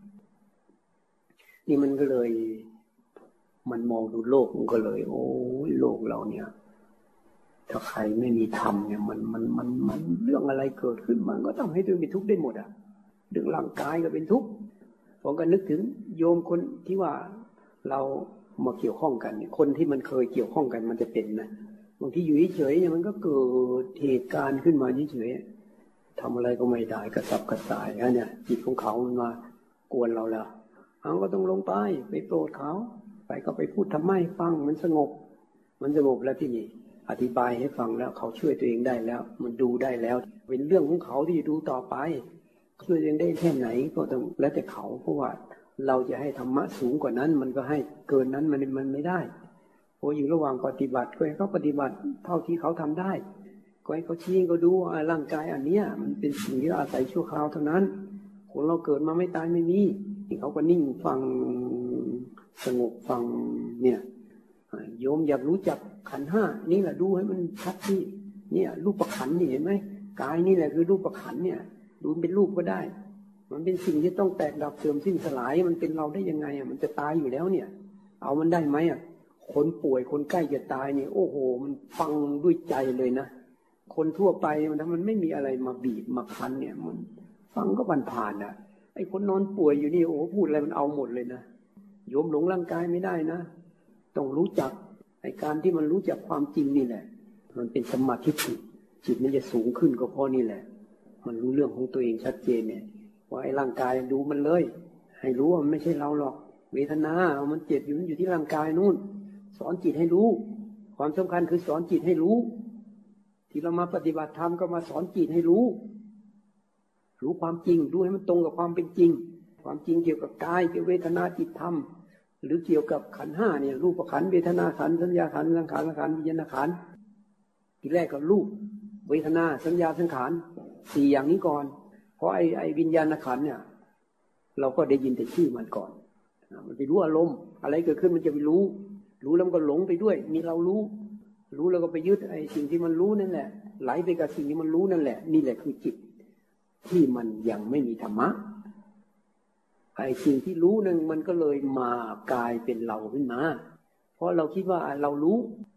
นี่มันก็เลยมันมองดูโลกมันก็เลยโอ้ยโลกเราเนี่ยถ้าใครไม่มีธรรมเนี่ยมันเรื่องอะไรเกิดขึ้นมันก็ต้องให้ตัวเป็นทุกข์ได้หมดอ่ะเรื่องร่างกายก็เป็นทุกข์ผมก็นึกถึงโยมคนที่ว่าเรามาเกี่ยวข้องกันเนี่ยคนที่มันเคยเกี่ยวข้องกันมันจะเป็นนะบางทีอยู่เฉยๆเนี่ยมันก็เกิดเหตุการณ์ขึ้นมาเฉยๆทำอะไรก็ไม่ได้กระสับกระส่ายเนี่ยจิตของเขามันมากวนเราแล้วเราก็ต้องลงไปโปรดเขาก็ไปพูดทำไมฟังมันสงบแล้วที่นี่อธิบายให้ฟังแล้วเขาช่วยตัวเองได้แล้วมันดูได้แล้วเป็นเรื่องของเขาที่จะดูต่อไปช่วยตัวเองได้แค่ไหนก็ต้องแล้วแต่เขาเพราะว่าเราจะให้ธรรมะสูงกว่านั้นมันก็ให้เกินนั้นมันไม่ได้เพราะอยู่ระหว่างปฏิบัติก็ให้เขาปฏิบัติเท่าที่เขาทำได้ก็ให้เขาชี้ก็ดูร่างกายอันเนี้ยมันเป็นสิ่งที่อาศัยชั่วคราวเท่านั้นคนเราเกิดมาไม่ตายไม่มีเขาก็นิ่งฟังสงบฟังเนี่ยโยมอยากรู้จักขันธ์ห้านี่แหละดูให้มันชัดที่เนี่ยรูปขันธ์นี่เห็นไหมกายนี่แหละคือรูปขันธ์เนี่ยดูเป็นรูปก็ได้มันเป็นสิ่งที่ต้องแตกดับเสื่อมสิ้นสลายมันเป็นเราได้ยังไงมันจะตายอยู่แล้วเนี่ยเอามันได้ไหมคนป่วยคนใกล้จะตายเนี่ยโอ้โหมันฟังด้วยใจเลยนะคนทั่วไปมันไม่มีอะไรมาบีบมาคั้นเนี่ยมันฟังก็ผ่านไอ้คนนอนป่วยอยู่นี่โอ้พูดอะไรมันเอาหมดเลยนะโยมหลงร่างกายไม่ได้นะต้องรู้จักไอ้การที่มันรู้จักความจริงนี่แหละมันเป็นสมาธิจิตมันจะสูงขึ้นก็เพราะนี่แหละมันรู้เรื่องของตัวเองชัดเจนเนี่ยว่าไอ้ร่างกายดูมันเลยให้รู้ว่ามันไม่ใช่เราหรอกเวทนามันเจ็บอยู่ที่ร่างกายนู่นสอนจิตให้รู้ความสำคัญคือสอนจิตให้รู้ที่เรามาปฏิบัติธรรมก็มาสอนจิตให้รู้ความจริงรู้ให้มันตรงกับความเป็นจริงความจริงเกี่ยวกับกายเกี่ยวกับเวทนาจิตธรรมหรือเกี่ยวกับขันธ์ห้าเนี่ยรูปขันธ์เวทนาขันธ์สัญญาขันธ์สังขารขันธ์วิญญาณขันธ์ทีแรกก็รูปเวทนาสัญญาสังขารสี่อย่างนี้ก่อนเพราะไอ้วิญญาณขันธ์เนี่ยเราก็ได้ยินแต่ชื่อมันก่อนมันไปรู้อารมณ์อะไรเกิดขึ้นมันจะไปรู้แล้วมันก็หลงไปด้วยมีเรารู้แล้วก็ไปยึดไอ้สิ่งที่มันรู้นั่นแหละไหลไปกับสิ่งที่มันรู้นั่นแหละนี่แหละคือจิตที่มันยังไม่มีธรรมะไอ้สิ่งที่รู้นั่นมันก็เลยมากลายเป็นเราขึ้นมาเพราะเราคิดว่าเรารู้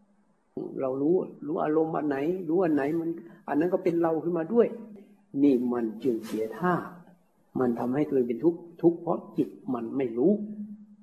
อารมณ์อันไหนรู้อันไหนมันอันนั้นก็เป็นเราขึ้นมาด้วยนี่มันจึงเสียท่ามันทำให้ตัวเองเป็นทุกข์เพราะจิตมันไม่รู้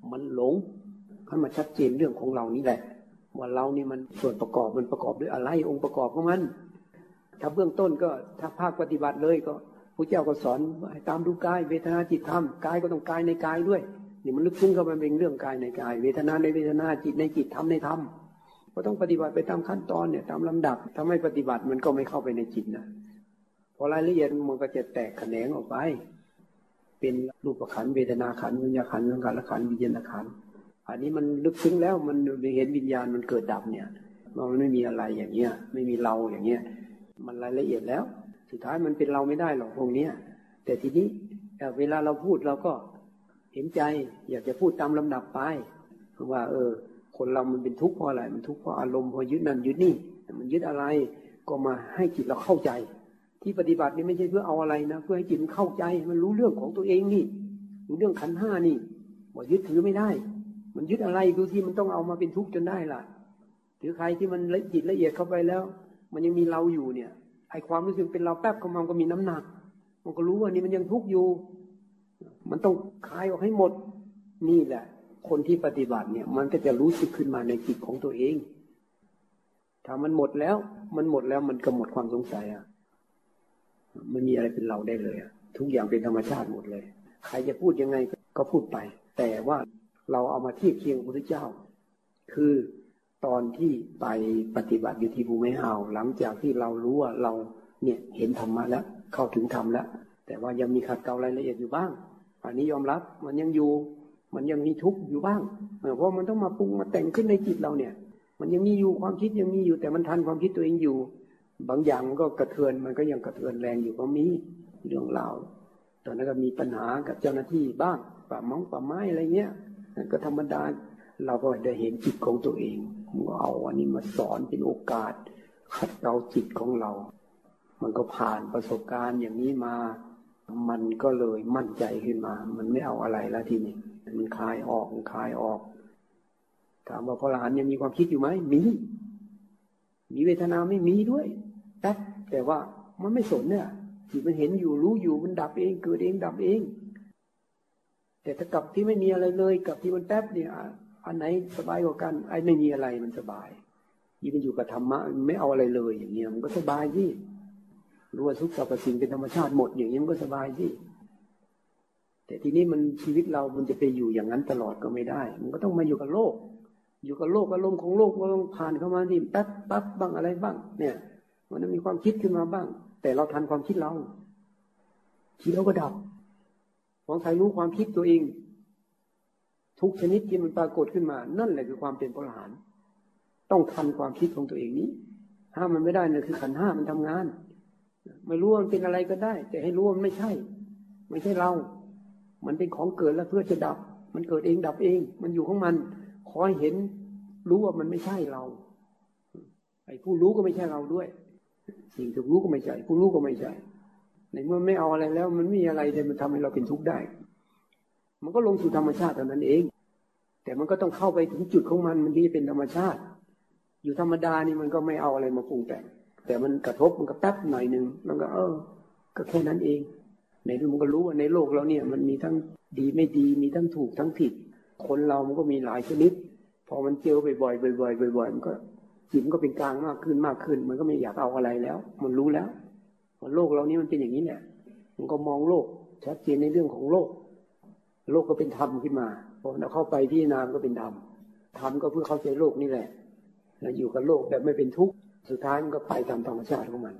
มันหลงให้มาชัดเจนเรื่องของเรานี่แหละว่าเรานี่มันส่วนประกอบมันประกอบด้วยอะไรองค์ประกอบของมันถ้าเบื้องต้นก็ถ้าภาคปฏิบัติเลยก็พระเจ้าก็สอนให้ตามดูกายเวทนาจิตธรรมกายก็ต้องกายในกายด้วยนี่มันลึกซึ้งเข้าไปเป็นเรื่องกายในกายเวทนาในเวทนาจิตในจิตธรรมในธรรมก็ต้องปฏิบัติไปตามขั้นตอนเนี่ยตามลำดับถ้าไม่ปฏิบัติมันก็ไม่เข้าไปในจิตนะพอรายละเอียดมันก็จะแตกแขนงออกไปเป็นรูปขันธ์เวทนาขันธ์วิญญาณขันธ์สังขารขันธ์วิญญาณขันธ์อันนี้มันลึกซึ้งแล้วมันเห็นวิญญาณมันเกิดดับเนี่ยมันไม่มีอะไรอย่างเงี้ยไม่มีเราอย่างเงี้ยมันรายละเอียดแล้วสุดท้ายมันเป็นเราไม่ได้หรอกพวกนี้แต่ทีนี้เวลาเราพูดเราก็เห็นใจอยากจะพูดตามลำดับไปว่าคนเรามันเป็นทุกข์เพราะอะไรมันทุกข์เพราะอารมณ์เพราะยึดนั่นยึดนี่มันยึดอะไรก็มาให้จิตเราเข้าใจที่ปฏิบัตินี่ไม่ใช่เพื่อเอาอะไรนะเพื่อให้จิตมันเข้าใจมันรู้เรื่องของตัวเองนี่รู้เรื่องขันธ์ห้านี่ว่ายึดถือไม่ได้มันยึดอะไรดูที่มันต้องเอามาเป็นทุกข์จนได้ล่ะถือใครที่มันละจิตละเอียดเข้าไปแล้วมันยังมีเราอยู่เนี่ยไอ้ความรู้สึกเป็นเราแป๊บของมันก็มีน้ำหนักมันก็รู้ว่านี่มันยังทุกข์อยู่มันต้องคลายออกให้หมดนี่แหละคนที่ปฏิบัติเนี่ยมันก็จะรู้สึกขึ้นมาในจิตของตัวเองถ้ามันหมดแล้วมันก็หมดความสงสัยไม่มีอะไรเป็นเราได้เลยทุกอย่างเป็นธรรมชาติหมดเลยใครจะพูดยังไงก็พูดไปแต่ว่าเราเอามาเทียบเคียงพระพุทธเจ้าคือตอนที่ไปปฏิบัติอยู่ที่ภูมิเอาหลังจากที่เรารู้ว่าเราเนี่ยเห็นธรรมะแล้วเข้าถึงธรรมแล้วแต่ว่ายังมีขัดเกลารายละเอียดอยู่บ้างอันนี้ยอมรับมันยังอยู่มันยังมีทุกข์อยู่บ้างเพราะมันต้องมาปรุงมาแต่งขึ้นในจิตเราเนี่ยมันยังมีอยู่ความคิดยังมีอยู่แต่มันทันความคิดตัวเองอยู่บางอย่างมันก็กระเทือนมันก็ยังกระเทือนแรงอยู่ก็มีเรื่องราวตอนนั้นก็มีปัญหากับเจ้าหน้าที่บ้างป่าไม้อะไรเงี้ยก็ธรรมดาเราก็ได้เห็นจิตของตัวเองก็เอาอันนี้มาสอนเป็นโอกาสขัดเกลาจิตของเรามันก็ผ่านประสบการณ์อย่างนี้มามันก็เลยมั่นใจขึ้นมามันไม่เอาอะไรแล้วทีนี้มันคลายออกถามว่าพระอรหันต์ยังมีความคิดอยู่ไหมมีเวทนาไม่มีด้วยแต่ว่ามันไม่สนเนี่ยจิตมันเห็นอยู่รู้อยู่มันดับเองเกิดเองดับเองแต่ถ้ากับที่ไม่มีอะไรเลยกับที่มันแป๊บเนี่ยอันไหนสบายกว่ากันไอ้ไม่มีอะไรมันสบายยิ่งมันอยู่กับธรรมะมันไม่เอาอะไรเลยอย่างเงี้ยมันก็สบายที่รู้ว่าทุกสรรพสิ่งเป็นธรรมชาติหมดอย่างนี้มันก็สบายที่แต่ทีนี้มันชีวิตเรามันจะไปอยู่อย่างนั้นตลอดก็ไม่ได้มันก็ต้องมาอยู่กับโลกอารมณ์ของโลกก็ต้องผ่านเข้ามาที่แป๊บบ้างอะไรบ้างเนี่ยมันมีความคิดขึ้นมาบ้างแต่เราทันความคิดเราคิดเราก็ดับของใครรู้ความคิดตัวเองทุกชนิดที่มันปรากฏขึ้นมานั่นแหละคือความเป็นพระอรหันต์ต้องทันความคิดของตัวเองนี้ห้ามมันไม่ได้เนี่ยคือขันธ์ห้ามันทำงานไม่รู้ว่ามันเป็นอะไรก็ได้แต่ให้รู้ว่ามันไม่ใช่เรามันเป็นของเกิดแล้วเพื่อจะดับมันเกิดเองดับเองมันอยู่ของมันขอให้เห็นรู้ว่ามันไม่ใช่เราไอ้ผู้รู้ก็ไม่ใช่เราด้วยสิ่งถูกรู้ก็ไม่ใช่ผู้รู้ก็ไม่ใช่ในเมื่อไม่เอาอะไรแล้วมันไม่มีอะไรที่มันทำให้เราเป็นทุกข์ได้มันก็ลงสู่ธรรมชาติเท่านั้นเองแต่มันก็ต้องเข้าไปถึงจุดของมันที่จะเป็นธรรมชาติอยู่ธรรมดานี่มันก็ไม่เอาอะไรมาปรุงแต่งแต่มันกระทบมันก็แป๊บหน่อยนึงแล้วก็ก็แค่นั้นเองในที่มันก็รู้ว่าในโลกเราเนี่ยมันมีทั้งดีไม่ดีมีทั้งถูกทั้งผิดคนเรามันก็มีหลายชนิดพอมันเจอบ่อยๆมันก็จิตมันก็เป็นกลางมากขึ้นมันก็ไม่อยากเอาอะไรแล้วมันรู้แล้วว่าโลกเรานี้มันเป็นอย่างนี้แหละมันก็มองโลกชัดเจนในเรื่องของโลกก็เป็นธรรมขึ้นมาพอเราเข้าไปพิจารณาก็เป็นธรรมก็เพื่อเข้าใจโลกนี่แหละแล้วอยู่กับโลกแบบไม่เป็นทุกข์สุดท้ายมันก็ไปตามธรรมชาติของมัน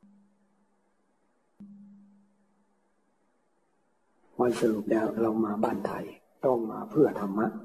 วันสรุปแล้วเรามาบ้านไทยต้องมาเพื่อธรรมะ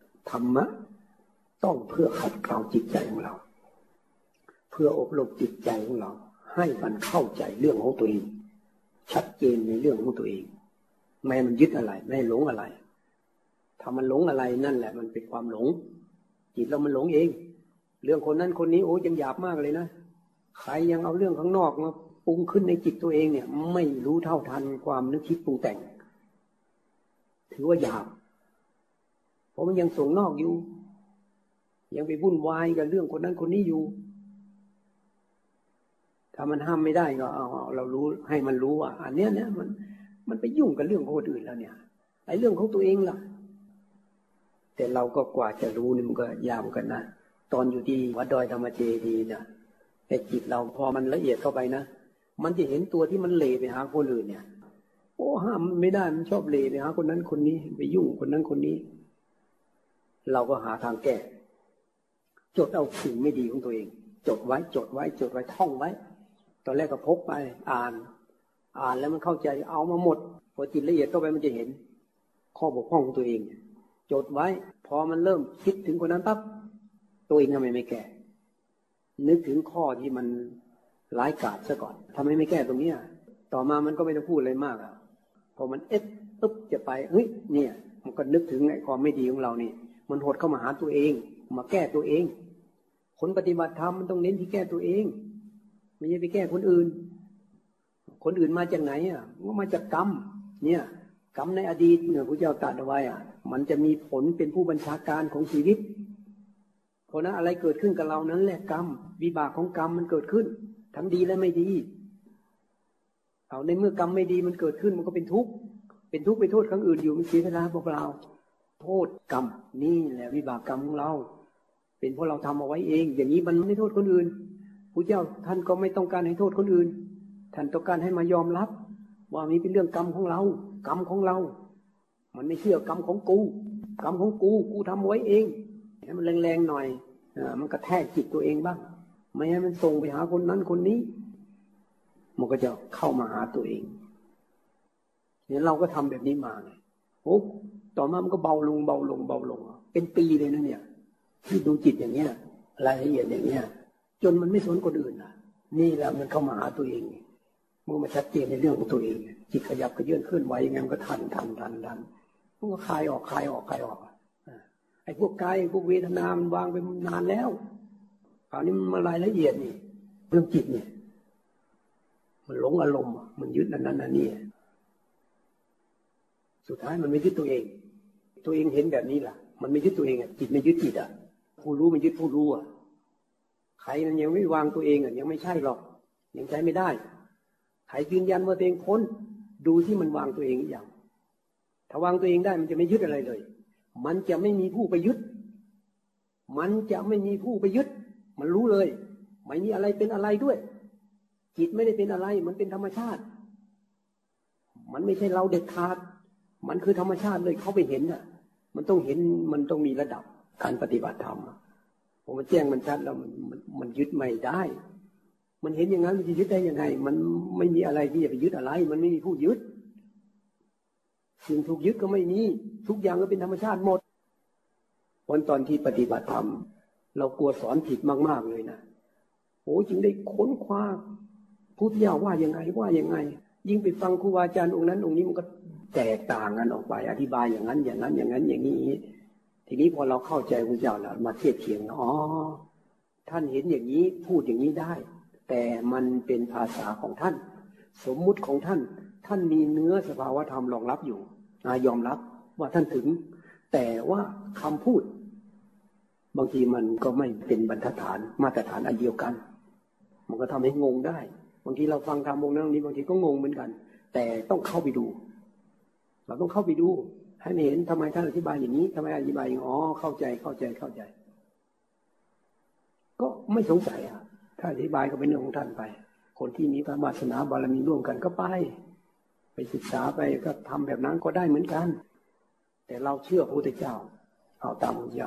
ต้องเพื่อขัดเกลาจิตใจของเราเพื่ออบรมจิตใจของเราให้มันเข้าใจเรื่องของตัวเองชัดเจนในเรื่องของตัวเองไม่มันยึดอะไรไม่หลงอะไรถ้ามันหลงอะไรนั่นแหละมันเป็นความหลงจิตเรามันหลงเองเรื่องคนนั้นคนนี้โอ้ยังหยาบมากเลยนะใครยังเอาเรื่องข้างนอกมาปรุงขึ้นในจิตตัวเองเนี่ยไม่รู้เท่าทันความนึกคิดปรุงแต่งถือว่าหยาบเพราะมันยังส่งนอกอยู่ยังไปวุ่นวายกับเรื่องคนนั้นคนนี้อยู่ถ้ามันห้ามไม่ได้ก็เอาเรารู้ให้มันรู้ว่าอันเนี้ยมันไปยุ่งกับเรื่องของคนอื่นแล้วเนี่ยไอ้เรื่องของตัวเองล่ะแต่เราก็กว่าจะรู้นี่มันก็ยากกันนะตอนอยู่ที่วัดดอยธรรมเจดีย์นะแต่จิตเราพอมันละเอียดเข้าไปนะมันจะเห็นตัวที่มันเหล่ไปหาคนอื่นเนี่ยโอ้ห้ามมันไม่ได้มันชอบเหล่ไปหาคนนั้นคนนี้ไปยุ่งคนนั้นคนนี้เราก็หาทางแก้จดเอาสิ่งไม่ดีของตัวเองจดไว้ท่องไว้ตอนแรกก็พกไปอ่านแล้วมันเข้าใจเอามาหมดพอจิตละเอียดเข้าไปมันจะเห็นข้อบกพร่องของตัวเองจดไว้พอมันเริ่มคิดถึงคนนั้นปั๊บตัวเองทำไมไม่แก้นึกถึงข้อที่มันร้ายกาจซะก่อนทำไมไม่แก้ตรงนี้ต่อมามันก็ไม่ต้องพูดอะไรมากพอมันจะไปเฮ้ยเนี่ยมันก็นึกถึงไอ้ความไม่ดีของเรานี่มันหดเข้ามาหาตัวเองมาแก้ตัวเองคนปฏิบัติธรรมมันต้องเน้นที่แก้ตัวเองไม่ใช่ไปแก้คนอื่นมาจากไหนมันมาจากกรรมเนี่ยกรรมในอดีตเนี่ยพระเจ้าตรัสเอาไว้มันจะมีผลเป็นผู้บัญชาการของชีวิตเพราะนั้นอะไรเกิดขึ้นกับเรานั้นแหละกรรมวิบากของกรรมมันเกิดขึ้นทั้งดีและไม่ดีเอาในเมื่อกรรมไม่ดีมันเกิดขึ้นมันก็เป็นทุกข์ไปโทษครั้งอื่นอยู่มันเสียเวลาเปล่าโทษกรรมนี่แหละวิบากกรรมของเราเป็นเพราะเราทำเอาไว้เองอย่างนี้มันไม่โทษคนอื่นพระเจ้าท่านก็ไม่ต้องการให้โทษคนอื่นท่านต้องการให้มายอมรับว่านี้เป็นเรื่องกรรมของเรากรรมของเรามันไม่เชื่อกรรมของกูทำไว้เองให้มันแรงๆหน่อยมันกระแทกจิตตัวเองบ้างไม่ให้มันส่งไปหาคนนั้นคนนี้มันก็จะเข้ามาหาตัวเองเนี่ยเราก็ทำแบบนี้มาไงโอ้ต่อมามันก็เบาลงเป็นปีเลยนะเนี่ยที่ดูจิตอย่างเนี้ยรายละเอียดอย่างเนี้ยจนมันไม่สนคนอื่นนี่แหละมันเข้ามาหาตัวเองเมื่อมาชัดเจนในเรื่องของตัวเองจิตขยับกระเยื่อนเคลื่อนไหวยังไงมันก็ทันมันก็คลายออกไอ้พวกกายพวกเวทนามันวางไปนานแล้วคราวนี้มันมารายละเอียดนี่เรื่องจิตเนี่ยมันหลงอารมณ์มันยึดนั่นนี่สุดท้ายมันไม่ยึดตัวเองเห็นแบบนี้ล่ะมันไม่ยึดตัวเองจิตไม่ยึดจิตผู้รู้มันยึดผู้รู้ใครมันยังไม่วางตัวเองยังไม่ใช่หรอกยังใช้ไม่ได้ใครยืนยันว่าตัวเองพ้นดูที่มันวางตัวเองหรือยังถ้าวางตัวเองได้มันจะไม่ยึดอะไรเลยมันจะไม่มีผู้ไปยึดมันรู้เลยไม่มีอะไรเป็นอะไรด้วยจิตไม่ได้เป็นอะไรมันเป็นธรรมชาติมันไม่ใช่เราเด็ดขาดมันคือธรรมชาติเลยเขาไปเห็นมันต้องเห็นมันต้องมีระดับการปฏิบัติธรรมพอมันแจ้งมันชัดแล้วมันยึดไม่ได้มันเห็นอย่างนั้นมันจะยึดได้ยังไงมันไม่มีอะไรที่จะไปยึดอะไรมันไม่มีผู้ยึดสิ่งถูกยึดก็ไม่มีทุกอย่างก็เป็นธรรมชาติหมดวันตอนที่ปฏิบัติธรรมเรากลัวสอนผิดมากๆเลยนะโอ้จึงได้ค้นคว้าพุทธเจ้าว่ายังไงยิ่งไปฟังครูบาอาจารย์องค์นั้นองค์นี้มันก็แตกต่างกันออกไปอธิบายอย่างนั้นอย่างนี้ทีนี้พอเราเข้าใจพระเจ้าแล้วมาเทียบเคียงท่านเห็นอย่างนี้พูดอย่างนี้ได้แต่มันเป็นภาษาของท่านสมมุติของท่านมีเนื้อสภาวธรรมรองรับอยู่ยอมรับว่าท่านถึงแต่ว่าคำพูดบางทีมันก็ไม่เป็นบรรทัดฐานมาตรฐานอันเดียวกันมันก็ทำให้งงได้บางทีเราฟังธรรมองค์นั้นนี้บางทีก็งงเหมือนกันแต่ต้องเข้าไปดูเราต้องเข้าไปดูให้เห็นทำไมท่านอธิบายอย่างนี้ทำไมอธิบายอย่างเข้าใจก็ไม่สงสัยถ้าอธิบายก็เป็นเรื่องของท่านไปคนที่มีพระวาสนาบารมีร่วมกันก็ไปศึกษาไปก็ทำแบบนั้นก็ได้เหมือนกันแต่เราเชื่อพระพุทธเจ้าเอาตามพระพุทธเจ้า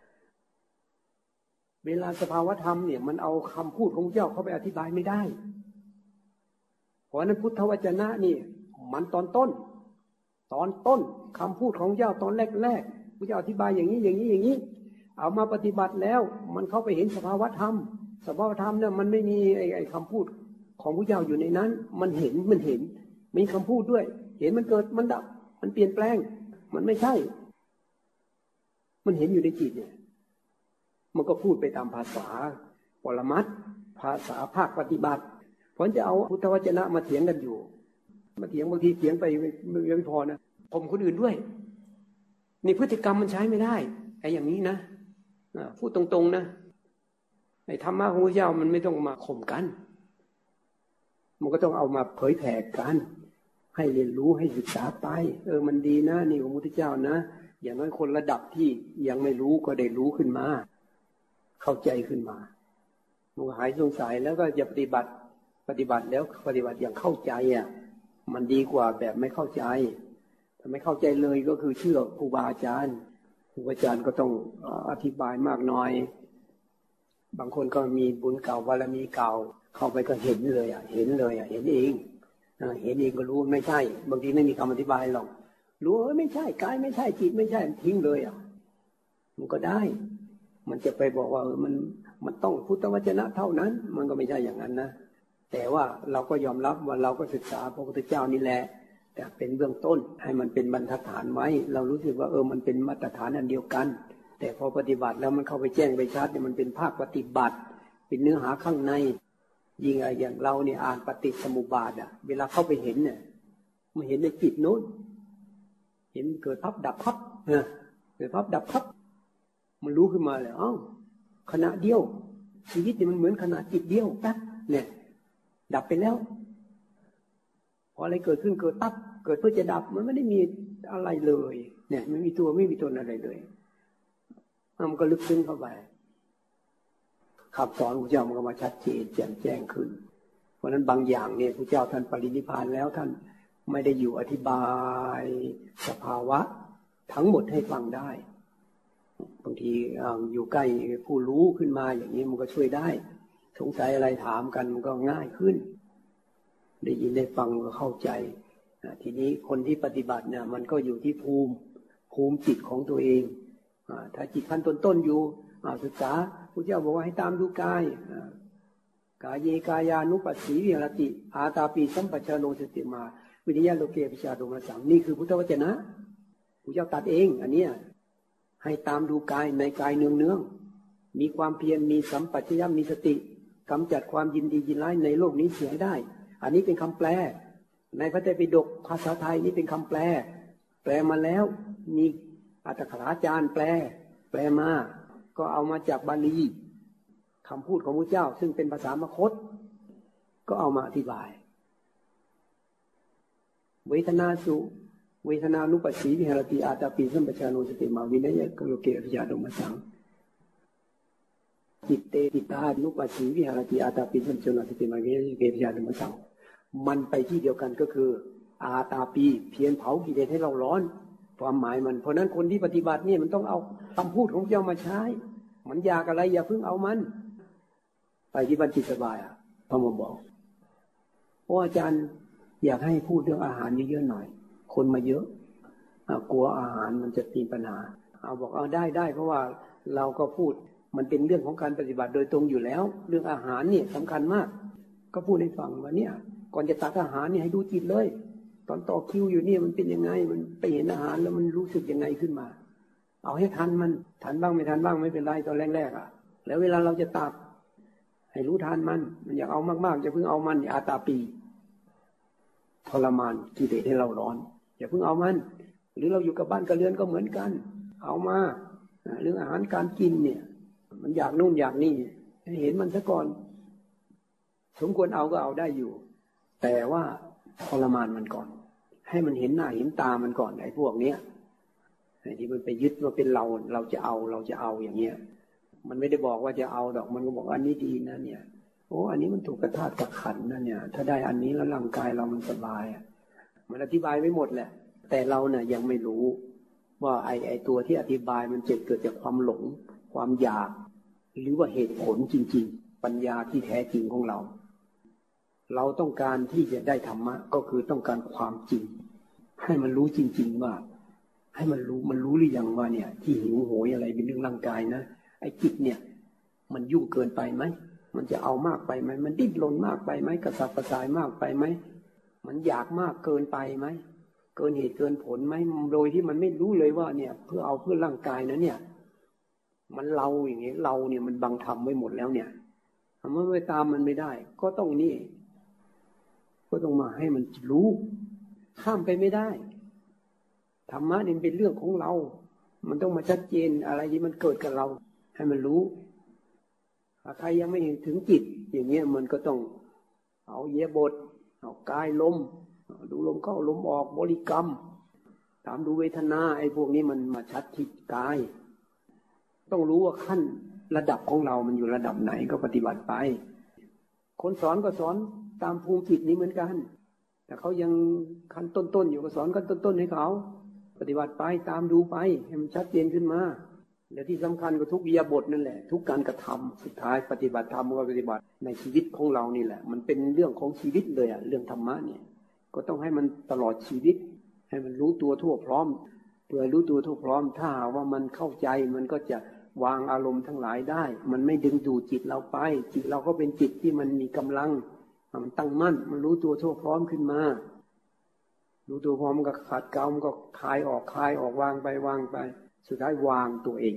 เวลาสภาวธรรมเนี่ยมันเอาคำพูดของเจ้าเข้าไปอธิบายไม่ได้เพราะนั้นพุทธวจนะนี่มันตอนต้นคำพูดของเจ้าตอนแรกพระเจ้าอธิบายอย่างนี้เอามาปฏิบัติแล้วมันเข้าไปเห็นสภาวธรรมเนี่ยมันไม่มีไอ้คำพูดของพระเจ้าอยู่ในนั้นมันเห็นมีคำพูดด้วยเห็นมันเกิดมันดับมันเปลี่ยนแปลงมันไม่ใช่มันเห็นอยู่ในจิตเนี่ยมันก็พูดไปตามภาษาปรมัตถ์ภาษาภาคปฏิบัติเพราะจะเอาพุทธวจนะมาเถียงกันอยู่บางทีเถียงไปไม่พอนะผมคนอื่นด้วยนี่พฤติกรรมมันใช้ไม่ได้ไอ้อย่างนี้นะพูดตรงๆนะไอ้ธรรมะของพระเจ้ามันไม่ต้องมาข่มกันมันก็ต้องเอามาเผยแผ่กันให้เรียนรู้ให้ศึกษาไปมันดีนะนี่ของพระพุทธเจ้านะอย่างนั้นคนระดับที่ยังไม่รู้ก็ได้รู้ขึ้นมาเข้าใจขึ้นมามันหายสงสัยแล้วก็จะปฏิบัติแล้วปฏิบัติอย่างเข้าใจมันดีกว่าแบบไม่เข้าใจถ้าไม่เข้าใจเลยก็คือเชื่อครูบาอาจารย์ก็ต้องอธิบายมากน้อยบางคนก็มีบุญเก่าบารมีเก่าเข้าไปก็เห็นเลยเห็นเองก็รู้ไม่ใช่บางทีไม่มีคำอธิบายหรอกรู้ไม่ใช่กายไม่ใช่จิตไม่ใช่ทิ้งเลยมันก็ได้มันจะไปบอกว่ามันต้องพุทธวจนะเท่านั้นมันก็ไม่ใช่อย่างนั้นนะแต่ว่าเราก็ยอมรับว่าเราก็ศึกษาพระพุทธเจ้านี่แหละแต่เป็นเบื้องต้นให้มันเป็นบรรทัดฐานไว้เรารู้สึกว่ามันเป็นมาตรฐานอันเดียวกันแต่พอปฏิบัติแล้วมันเข้าไปแจ้งไปชัดเนี่ยมันเป็นภาคปฏิบัติเป็นเนื้อหาข้างในยิ่งอย่างเราเนี่ยอ่านปฏิสมุปบาทเวลาเข้าไปเห็นเนี่ยมันเห็นในจิตโน้นเห็นเกิดพับดับพับเกิดพับดับพับมันรู้ขึ้นมาเลยขณะเดียวชีวิตเนี่ยมันเหมือนขณะจิตเดียวแป๊บเนี่ยดับไปแล้วพออะไรเกิดขึ้นเกิดตับเกิดเพื่อจะดับมันไม่ได้มีอะไรเลยเนี่ยไม่มีตัวไม่มีตนอะไรเลยมันก็ลึกซึ้งเข้าไปขับสอนพระเจ้ามันก็มาชัดเจนแจ่มแจ้งขึ้นเพราะนั้นบางอย่างเนี่ยพระเจ้าท่านปรินิพพานแล้วท่านไม่ได้อยู่อธิบายสภาวะทั้งหมดให้ฟังได้บางทีอยู่ใกล้ผู้รู้ขึ้นมาอย่างนี้มันก็ช่วยได้สงสัยอะไรถามกันมันก็ง่ายขึ้นได้ยินได้ฟังก็เข้าใจทีนี้คนที่ปฏิบัติเนี่ยมันก็อยู่ที่ภูมิจิตของตัวเองถ้าจิตขั้นต้นอยู่ศึกษาพระเจ้าบอกว่าให้ตามดูกายกายเยกายานุปัสสีวิหรติอาตาปีสัมปชาโนสติมาวินิยาโลเกปิชาโดมสังนี่คือพุทธวจนะพระเจ้าตัดเองอันเนี้ยให้ตามดูกายในกายเนืองๆมีความเพียรมีสัมปชัญญะมีสติกำจัดความยินดียินร้ายในโลกนี้เสียให้ได้อันนี้เป็นคำแปลในพระไตรปิฎกภาษาไทยนี่เป็นคำแปลมาแล้วมีอัตถกถาจารย์แปลมาก็เอามาจากบาลีคำพูดของพระเจ้าซึ่งเป็นภาษามคธก็เอามาอธิบายเวทนาสุเวทนานุปัสสีวิหรติอาตาปีสัมปชาโนสติมาวินัยโลเกปิชาโดมสังจิตเตติตานุปัสสีวิหรติอาตาปีสัมปชาโนสติมาวินัยโลเกปิชาโดมสังมันไปที่เดียวกันก็คืออาตาปีเพียรเผากิเลสให้เราร้อนความหมายมันเพราะนั้นคนที่ปฏิบัตินี่มันต้องเอาคำพูดของเจ้ามาใช้มันอยากอะไรอย่าเพิ่งเอามันไปที่บัญชีสบายพอมาบอกอาจารย์อยากให้พูดเรื่องอาหารเยอะๆหน่อยคนมาเยอะกลัวอาหารมันจะมีปัญหาบอกได้เพราะว่าเราก็พูดมันเป็นเรื่องของการปฏิบัติโดยตรงอยู่แล้วเรื่องอาหารเนี่ยสำคัญมากก็พูดให้ฟังว่าเนี่ยก่อนจะตักอาหารเนี่ยให้ดูจิตเลยตอนต่อคิวอยู่เนี่ยมันเป็นยังไงมันไปเห็นอาหารแล้วมันรู้สึกยังไงขึ้นมาเอาให้ทันมันทันบ้างไม่ทันบ้างไม่เป็นไรตอนแรกๆแล้วเวลาเราจะตักให้รู้ทันมันอยากเอามากๆอย่าเพิ่งเอามันอาตาปีทรมานกิเลสให้เราร้อนอย่าเพิ่งเอามันหรือเราอยู่กับบ้านกับเรือนก็เหมือนกันเอามาเรื่องอาหารการกินเนี่ยมันอยากนู่นอยากนี่ให้เห็นมันซะก่อนสมควรเอาก็เอาได้อยู่แต่ว่าทรมานมันก่อนให้มันเห็นหน้าเห็นตามันก่อนไอ้พวกเนี้ยไอ้ที่มันไปยึดว่าเป็นเราจะเอาอย่างเงี้ยมันไม่ได้บอกว่าจะเอาดอกมันก็บอกอันนี้ดีนะเนี่ยอันนี้มันถูกกระธาตุกับขันนะเนี่ยถ้าได้อันนี้แล้วร่างกายเรามันสบายมันอธิบายไว้หมดแหละแต่เราเนี่ยยังไม่รู้ว่าไอ้ตัวที่อธิบายมันเกิดจากความหลงความอยากหรือว่าเหตุผลจริงๆปัญญาที่แท้จริงของเราต้องการที่จะได้ธรรมะก็คือต้องการความจริงให้มันรู้จริงๆว่าให้มันรู้หรือยังว่าเนี่ยที่หิวโหยอะไรเป็นเรื่องร่างกายนะไอ้จิตเนี่ยมันยุ่งเกินไปไหมมันจะเอามากไปไหมมันดิ้นรนมากไปไหมกระสับกระส่ายมากไปไหมมันอยากมากเกินไปไหมเกินเหตุเกินผลไหมโดยที่มันไม่รู้เลยว่าเนี่ยเพื่อร่างกายนะเนี่ยมันเราอย่างเงี้ยเราเนี่ยมันบังธรรมไว้หมดแล้วเนี่ยทำไม่ตามมันไม่ได้ก็ต้องนี่ก็ต้องมาให้มันรู้ข้ามไปไม่ได้ธรรมะนี่เป็นเรื่องของเรามันต้องมาชัดเจนอะไรที่มันเกิดกับเราให้มันรู้ถ้าใครยังไม่เห็นถึงจิตอย่างเงี้ยมันก็ต้องเอาเยบทเอากายลมดูลมเข้าลมออกบริกรรมตามดูเวทนาไอ้พวกนี้มันมาชัดที่กายต้องรู้ว่าขั้นระดับของเรามันอยู่ระดับไหนก็ปฏิบัติไปคนสอนก็สอนตามภูมิจิตนี้เหมือนกันแต่เขายังขั้นต้นๆอยู่ก็สอนขั้นต้นๆให้เขาปฏิบัติไปตามดูไปให้มันชัดเจนขึ้นมาและที่สำคัญก็ทุกอิริยาบถนั่นแหละทุกการกระทำสุดท้ายปฏิบัติธรรมก็ปฏิบัติในชีวิตของเรานี่แหละมันเป็นเรื่องของชีวิตเลยอะเรื่องธรรมะเนี่ยก็ต้องให้มันตลอดชีวิตให้มันรู้ตัวทั่วพร้อมเพื่อรู้ตัวทั่วพร้อมถ้าว่ามันเข้าใจมันก็จะวางอารมณ์ทั้งหลายได้มันไม่ดึงดูดจิตเราไปจิตเราก็เป็นจิตที่มันมีกำลังมันตั้งมั่นมันรู้ตัวทั่วพร้อมขึ้นมารู้ตัวพร้อมก็ขัดเกลามันก็คลายออกวางไปสุดท้ายวางตัวเอง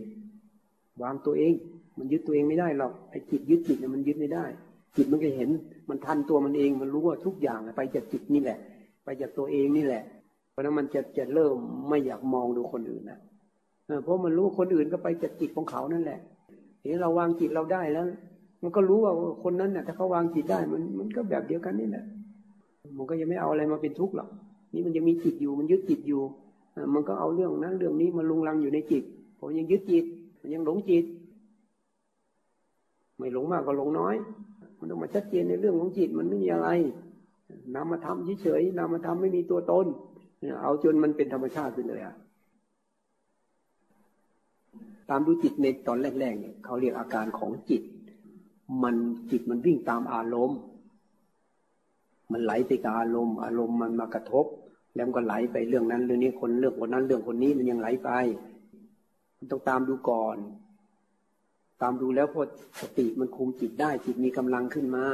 มันยึดตัวเองไม่ได้หรอกไอ้จิตยึดจิตเนี่ยมันยึดไม่ได้จิตมันก็เห็นมันทันตัวมันเองมันรู้ว่าทุกอย่างไปจากจิตนี่แหละไปจากตัวเองนี่แหละเพราะนั้นมันจะเริ่มไม่อยากมองดูคนอื่นนะเพราะมันรู้คนอื่นก็ไปจากจิตของเขานั่นแหละทีนี้เราวางจิตเราได้แล้วมันก็รู้ว่าคนนั้นน่ะถ้าเขาวางจิตได้มันก็แบบเดียวกันนี่แหละมันก็ยังไม่เอาอะไรมาเป็นทุกข์หรอกนี่มันยังมีจิตอยู่มันยึดจิตอยู่มันก็เอาเรื่องนั้นเรื่องนี้มาลุงลังอยู่ในจิตผมยังยึดจิตมันยังหลงจิตไม่หลงมากก็หลงน้อยมันต้องมาชัดเจนในเรื่องของจิตมันไม่มีอะไรนามธรรมเฉยๆนามธรรมไม่มีตัวตนเอาจนมันเป็นธรรมชาติไปเลยอะตามดูจิตในตอนแรกๆเนี่ยเขาเรียกอาการของจิตมันวิ่งตามอารมณ์มันไหลไปกับอารมณ์มันมากระทบแล้วมันก็ไหลไปเรื่องนั้นเรื่องนี้คนนั้นเรื่องคนนี้มันยังไหลไปมันต้องตามดูก่อนตามดูแล้วพอสติมันคุมจิตได้จิตมีกำลังขึ้นมา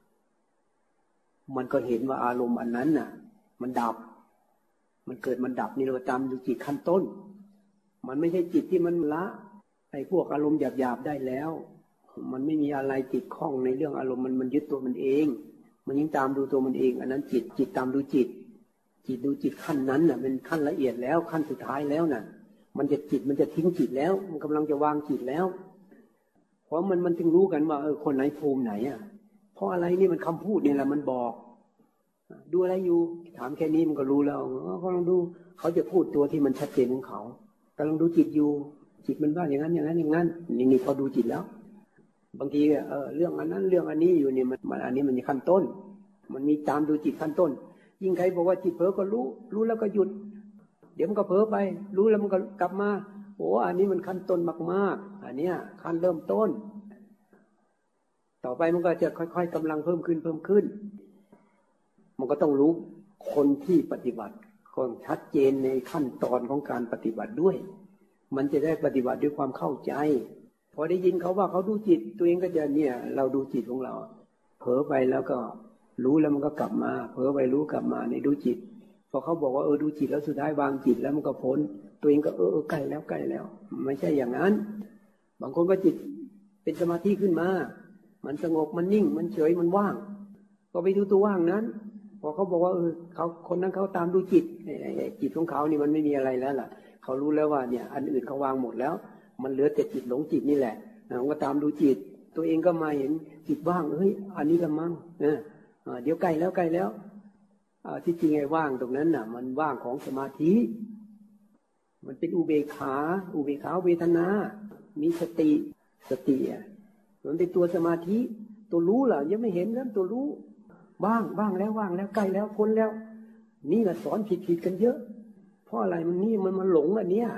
มันก็เห็นว่าอารมณ์อันนั้นน่ะมันดับมันเกิดมันดับนี่เราตามดูจิตขั้นต้นมันไม่ใช่จิตที่มันละไอ้พวกอารมณ์หยาบๆได้แล้วมันไม่มีอะไรติดข้องในเรื่องอารมณ์มันยึดตัวมันเองมันยิ่งตามดูตัวมันเองอันนั้นจิตตามดูจิตดูจิตขั้นนั้นน่ะเป็นขั้นละเอียดแล้วขั้นสุดท้ายแล้วน่ะมันจะทิ้งจิตแล้วมันกำลังจะวางจิตแล้วเพราะมันถึงรู้กันว่าคนไหนภูมิไหนอ่ะเพราะอะไรนี่มันคำพูดนี่แหละมันบอกดูอะไรอยู่ถามแค่นี้มันก็รู้แล้วเขาลองดูเขาจะพูดตัวที่มันชัดเจนของเขากำลังดูจิตอยู่จิตมันว่าอย่างนั้นนี่พอดูจิตแล้วบางทีเรื่องอันนั้นเรื่องอันนี้อยู่เนี่ยมันอันนี้มันขั้นต้นมันมีตามดูจิตขั้นต้นยิ่งใครบอกว่าจิตเผลอก็รู้แล้วก็หยุดเดี๋ยวมันก็เผลอไปรู้แล้วมันก็กลับมาโอ้อันนี้มันขั้นต้นมากๆอันเนี้ยขั้นเริ่มต้นต่อไปมันก็จะค่อยๆกำลังเพิ่มขึ้นมันก็ต้องรู้คนที่ปฏิบัติคนชัดเจนในขั้นตอนของการปฏิบัติด้วยมันจะได้ปฏิบัติด้วยความเข้าใจพอได้ยินเขาว่าเขาดูจิตตัวเองก็จะเนี่ยเราดูจิตของเราเผลอไปแล้วก็รู้แล้วมันก็กลับมาเผลอไปรู้กลับมาในดูจิตพอเขาบอกว่าดูจิตแล้วสุดท้ายวางจิตแล้วมันก็พ้นตัวเองก็ใกล้แล้วไม่ใช่อย่างนั้นบางคนก็จิตเป็นสมาธิขึ้นมามันสงบมันนิ่งมันเฉยมันว่างก็ไปดูตัวว่างนั้นพอเขาบอกว่าเขาคนนั้นเขาตามดูจิตของเขานี่มันไม่มีอะไรแล้วล่ะเขารู้แล้วว่าเนี่ยอันอื่นเขาวางหมดแล้วมันเหลือแต่จิตหลงจิตนี่แหละมันก็ตามดูจิตตัวเองก็มาเห็นจิตว่างอันนี้ละมั้งเดี๋ยวใกล้แล้วที่จริงไอ้ว่างตรงนั้นน่ะมันว่างของสมาธิมันเป็นอุเบกขาเวทนามีสติมันเป็นตัวสมาธิตัวรู้ล่ะยังไม่เห็นนั้นตัวรู้ว่างแล้วใกล้แล้วพ้นแล้วนี่ก็สอนผิดกันเยอะเพราะอะไรมันหลงอันเนี้ย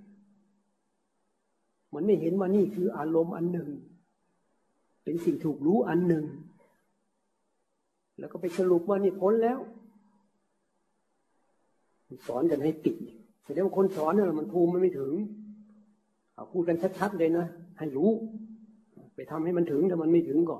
มันไม่เห็นว่านี่คืออารมณ์อันหนึ่งเป็นสิ่งถูกรู้อันหนึ่งแล้วก็ไปสรุปว่านี่พ้นแล้วสอนกันให้ติดแสดงว่าคนสอนเนี่ยมันภูมิมันไม่ถึงพูดกันชัดๆเลยนะให้รู้ไปทำให้มันถึงถ้ามันไม่ถึงก็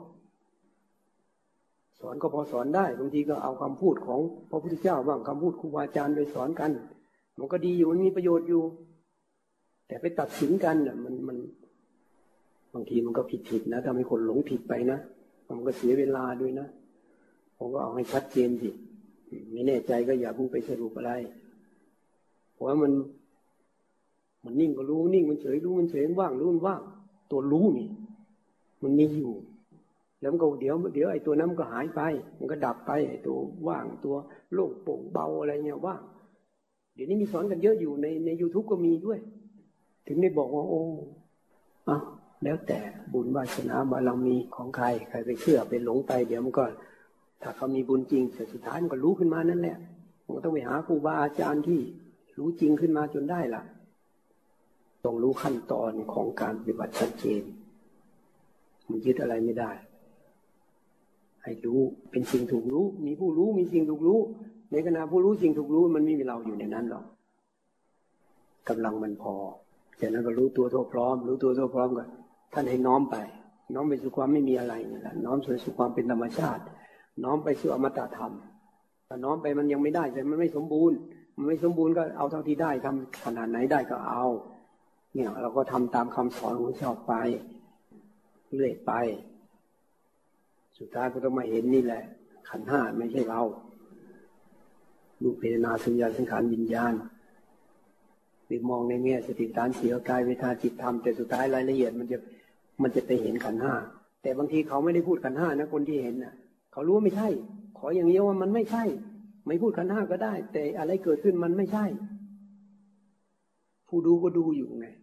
สอนก็พอสอนได้บางทีก็เอาคำพูดของพระพุทธเจ้าบ้างคำพูดครูบาอาจารย์ไปสอนกันมันก็ดีอยู่มันมีประโยชน์อยู่แต่ไปตัดสินกันน่ะมันบางทีมันก็ผิดนะทำให้คนหลงผิดไปนะมันก็เสียเวลาด้วยนะผมก็เอาให้ชัดเจนสิไม่แน่ใจก็อย่าเพิ่งไปสรุปอะไรเพราะว่ามันนิ่งก็รู้นิ่งมันเฉยรู้มันเฉยว่างรู้มันว่างตัวรู้นี่มันมีอยู่แล้วมันก็เดี๋ยวไอ้ตัวนั้นมันก็หายไปมันก็ดับไปไอ้ตัวว่างตัวโล่งโปร่งเบาอะไรเนี่ยว่างเดี๋ยวนี้มีสอนกันเยอะอยู่ใน YouTube ก็มีด้วยถึงได้บอกว่าโอ้แล้วแต่บุญวาสนาบารมีของใครไปเชื่อไปหลงไปเดี๋ยวมันก็ถ้าเขามีบุญจริงสุดท้ายมันก็รู้ขึ้นมานั่นแหละมันก็ต้องไปหาครูบาอาจารย์ที่รู้จริงขึ้นมาจนได้ล่ะต้องรู้ขั้นตอนของการปฏิบัติชัดเจนมันยึดอะไรไม่ได้ให้รู้เป็นสิ่งถูกรู้มีผู้รู้มีสิ่งถูกรู้ในขณะผู้รู้สิ่งถูกรู้มันไม่มีเราอยู่ในนั้นหรอกกำลังมันพอจากนั้นก็รู้ตัวทั่วพร้อมรู้ตัวทั่วพร้อมกันท่านให้น้อมไปน้อมไปสู่ความไม่มีอะไรนี่แหละน้อมไปสู่ความเป็นธรรมชาติน้อมไปสู่อมตะธรรมแต่น้อมไปมันยังไม่ได้แต่มันไม่สมบูรณ์มันไม่สมบูรณ์ก็เอาเท่าที่ได้ทำขนาดไหนได้ก็เอาเนี่ยเราก็ทำตามคำสอนของชอบไปเรื่อยไปสุดท้ายก็ต้องมาเห็นนี่แหละขันธ์ห้าไม่ใช่เรารูปเวทนาสัญญาสังขารวิญญาณไปมองในแง่สติปัฏฐานสี่กายเวทนาจิตธรรมแต่สุดท้ายรายละเอียดมันจะไปเห็นขันธ์ห้าแต่บางทีเขาไม่ได้พูดขันธ์ห้านะคนที่เห็นน่ะเขารู้ว่าไม่ใช่ขออย่างเดียวว่ามันไม่ใช่ไม่พูดขันธ์ห้าก็ได้แต่อะไรเกิดขึ้นมันไม่ใช่ผู้ดูก็ดูอยู่ไง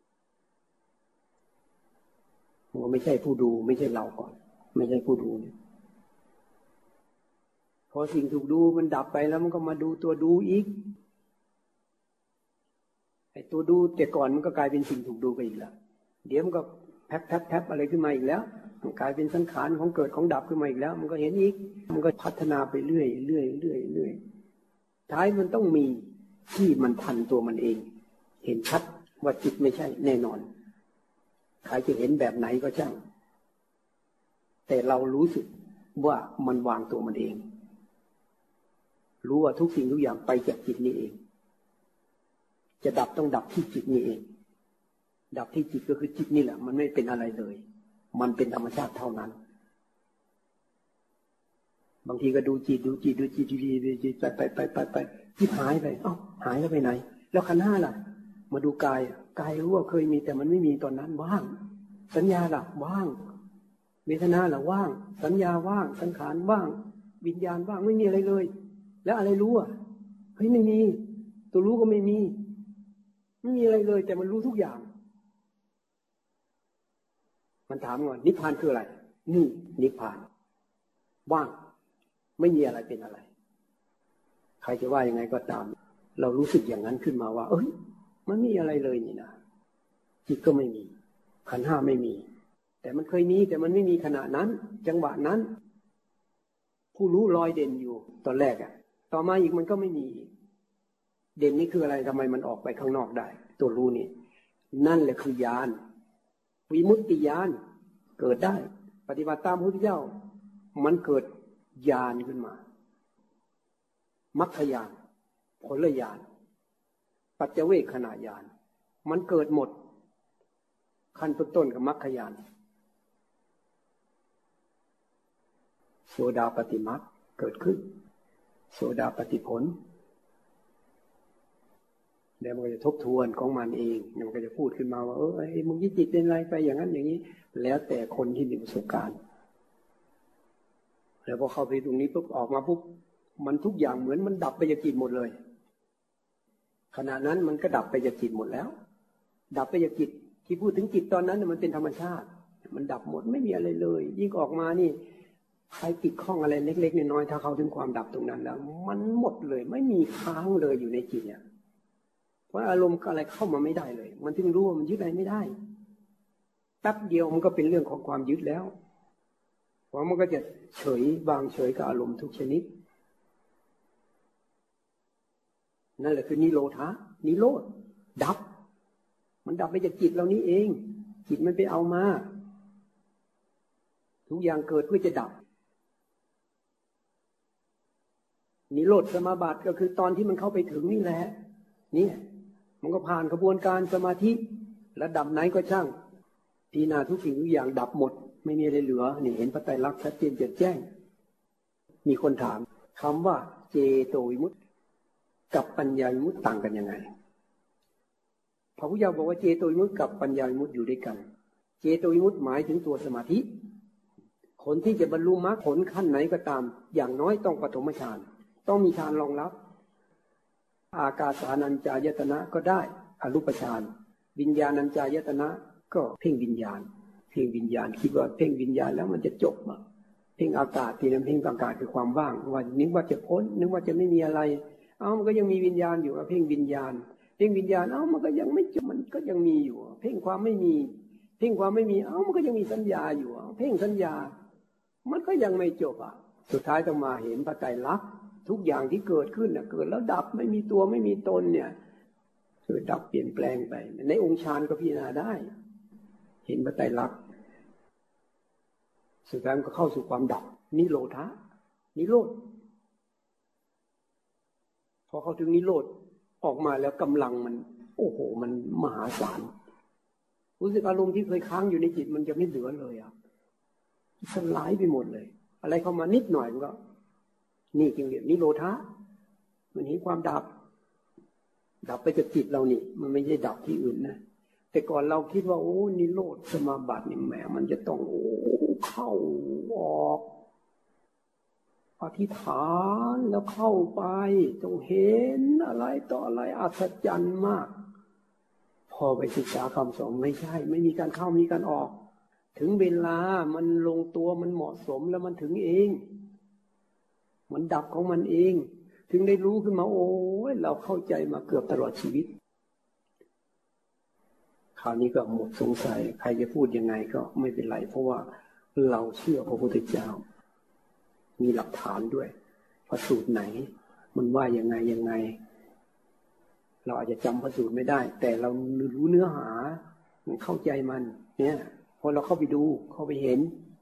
ว่าไม่ใช่ผู้ดูไม่ใช่เราก่อนไม่ใช่ผู้ดูเนี่ยพอสิ่งถูกดูมันดับไปแล้วมันก็มาดูตัวดูอีกไอ้ตัวดูแต่ก่อนมันก็กลายเป็นสิ่งถูกดูไปอีกแล้วเดี๋ยวมันก็แพบอะไรขึ้นมาอีกแล้วมันกลายเป็นสังขารของเกิดของดับขึ้นมาอีกแล้วมันก็เห็นอีกมันก็พัฒนาไปเรื่อยท้ายมันต้องมีที่มันทันตัวมันเองเห็นชัดว่าจิตไม่ใช่แน่นอนใครจะเห็นแบบไหนก็ช่างแต่เรารู้สึกว่ามันวางตัวมันเองรู้ว่าทุกสิ่งทุกอย่างไปจากจิตนี้เองจะดับต้องดับที่จิตนี้เองดับที่จิตก็คือจิตนี่แหละมันไม่เป็นอะไรเลยมันเป็นธรรมชาติเท่านั้นบางทีก็ดูจิตไปจิตหายไปหายแล้วไปไหนแล้วขันธ์ห้าล่ะมาดูกายรู้ว่าเคยมีแต่มันไม่มีตอนนั้นว่างสัญญาล่ะว่างเวทนาล่ะว่างสัญญาว่างสังขารว่างวิญญาณว่างไม่มีอะไรเลยแล้วอะไรรู้อ่ะเฮ้ยไม่มีตัวรู้ก็ไม่มีอะไรเลยแต่มันรู้ทุกอย่างมันถามก่อนนิพพานคืออะไรนี่นิพพานว่างไม่มีอะไรเป็นอะไรใครจะว่ายังไงก็ตามเรารู้สึกอย่างนั้นขึ้นมาว่าเอ้ยมันไม่มีอะไรเลยนี่นะจิตก็ไม่มีขันธ์ห้าไม่มีแต่มันเคยมีแต่มันไม่มีขณะนั้นจังหวะนั้นผู้รู้ลอยเด่นอยู่ตอนแรกต่อมาอีกมันก็ไม่มีเด่นนี่คืออะไรทำไมมันออกไปข้างนอกได้ตัวรู้นี่นั่นแหละคือญาณวิมุตติญาณเกิดได้ปฏิบัติตามพระพุทธเจ้ามันเกิดญาณขึ้นมามรรคญาณผลญาณปัจเจเวคขณะญาณมันเกิดหมดขั้นต้นกับมรรคญาณโสดาปฏิมรรคเกิดขึ้นโสดาปฏิผลแล้วมันก็จะทบทวนของมันเองมันก็จะพูดขึ้นมาว่ามึงยึดจิตเป็นอะไรไปอย่างนั้นอย่างนี้แล้วแต่คนที่มีประสบการณ์แล้วพอเข้าไปตรงนี้ปุ๊บออกมาปุ๊บมันทุกอย่างเหมือนมันดับไปจากจิตหมดเลยขณะนั้นมันก็ดับไปจากจิตหมดแล้วดับไปจากจิตที่พูดถึงจิตตอนนั้นมันเป็นธรรมชาติมันดับหมดไม่มีอะไรเลยยิ่งออกมานี่ใครติดข้องอะไรเล็กๆน้อยๆถ้าเข้าถึงความดับตรงนั้นแล้วมันหมดเลยไม่มีค้างเลยอยู่ในจิตเนี่ยเพราะอารมณ์อะไรเข้ามาไม่ได้เลยมันถึงรู้ว่ามันยึดอะไรไม่ได้แป๊บเดียวมันก็เป็นเรื่องของความยึดแล้วเพราะมันก็จะเฉยวางเฉยกับอารมณ์ทุกชนิดนั่นแหละคือนิโรธะนิโรธดับมันดับไปจากจิตเรานี้เองจิตมันไปเอามาทุกอย่างเกิดเพื่อจะดับนิโรธสมาบัติก็คือตอนที่มันเข้าไปถึงนี่แหละเนี่ยมันก็ผ่านกระบวนการสมาธิระดับไหนก็ช่างพิจารณาทุกสิ่งทุกอย่างดับหมดไม่มีอะไรเหลือนี่เห็นพระไตรลักษณ์ชัดเจนแจ่มแจ้งมีคนถามคำว่าเจโตวิมุตติกับปัญญาวิมุตติต่างกันยังไงพระพุทธเจ้าบอกว่าเจโตวิมุตติกับปัญญาวิมุตติอยู่ด้วยกันเจโตวิมุตติหมายถึงตัวสมาธิคนที่จะบรรลุมรรคผลขั้นไหนก็ตามอย่างน้อยต้องปฐมฌานต้องมีฌานรองรับอากาสานัญจายตนะก็ได้อรูปฌานวิญญาณัญจายตนะก็เพ่งวิญญาณเพ่งวิญญาณคิดว่าเพ่งวิญญาณแล้วมันจะจบอ่ะเพ่งอากาศที่นั้นเพ่งอากาศคือความว่างว่านึกว่าจะพ้นนึกว่าจะไม่มีอะไรมันก็ยังมีวิญญาณอยู่เพ่งวิญญาณเพ่งวิญญาณมันก็ยังไม่จบมันก็ยังมีอยู่เพ่งความไม่มีเพ่งความไม่มีมันก็ยังมีสัญญาอยู่เพ่งสัญญามันก็ยังไม่จบสุดท้ายต้องมาเห็นพระไตรลักษณ์ทุกอย่างที่เกิดขึ้นเกิดแล้วดับไม่มีตัวไม่มีตนเนี่ยเกิดดับเปลี่ยนแปลงไปในองค์ฌานก็พิจารณาได้เห็นพระไตรลักษณ์สุดท้ายก็เข้าสู่ความดับนิโรธะนิโรธพอเข้าถึงนิโรธออกมาแล้วกำลังมันโอ้โหมันมหาศาลรู้สึกอารมณ์ที่เคยค้างอยู่ในจิตมันจะไม่เหลือเลยสลายไปหมดเลยอะไรเข้ามานิดหน่อยมันก็นี่จึงเรียกนิโรธะมันเห็นความดับไปจากจิตเรานี่มันไม่ใช่ดับที่อื่นนะแต่ก่อนเราคิดว่าโอ้นิโรธสมาบัตินี่แหมมันจะต้องเข้าออกอธิษฐานแล้วเข้าไปต้องเห็นอะไรต่ออะไรอัศจรรย์มากพอไปศึกษาคำสอนไม่ใช่ไม่มีการเข้ามีการออกถึงเวลามันลงตัวมันเหมาะสมแล้วมันถึงเองมันดับของมันเองถึงได้รู้ขึ้นมาโอ้ยเราเข้าใจมาเกือบตลอดชีวิตคราวนี้ก็หมดสงสัยใครจะพูดยังไงก็ไม่เป็นไรเพราะว่าเราเชื่อพระพุทธเจ้ามีหลักฐานด้วยพระสูตรไหนมันว่ายังไงเราอาจจะจำพระสูตรไม่ได้แต่เรารู้เนื้อหามันเข้าใจมันเนี่ยพอเราเข้าไปดูเข้าไปเห็น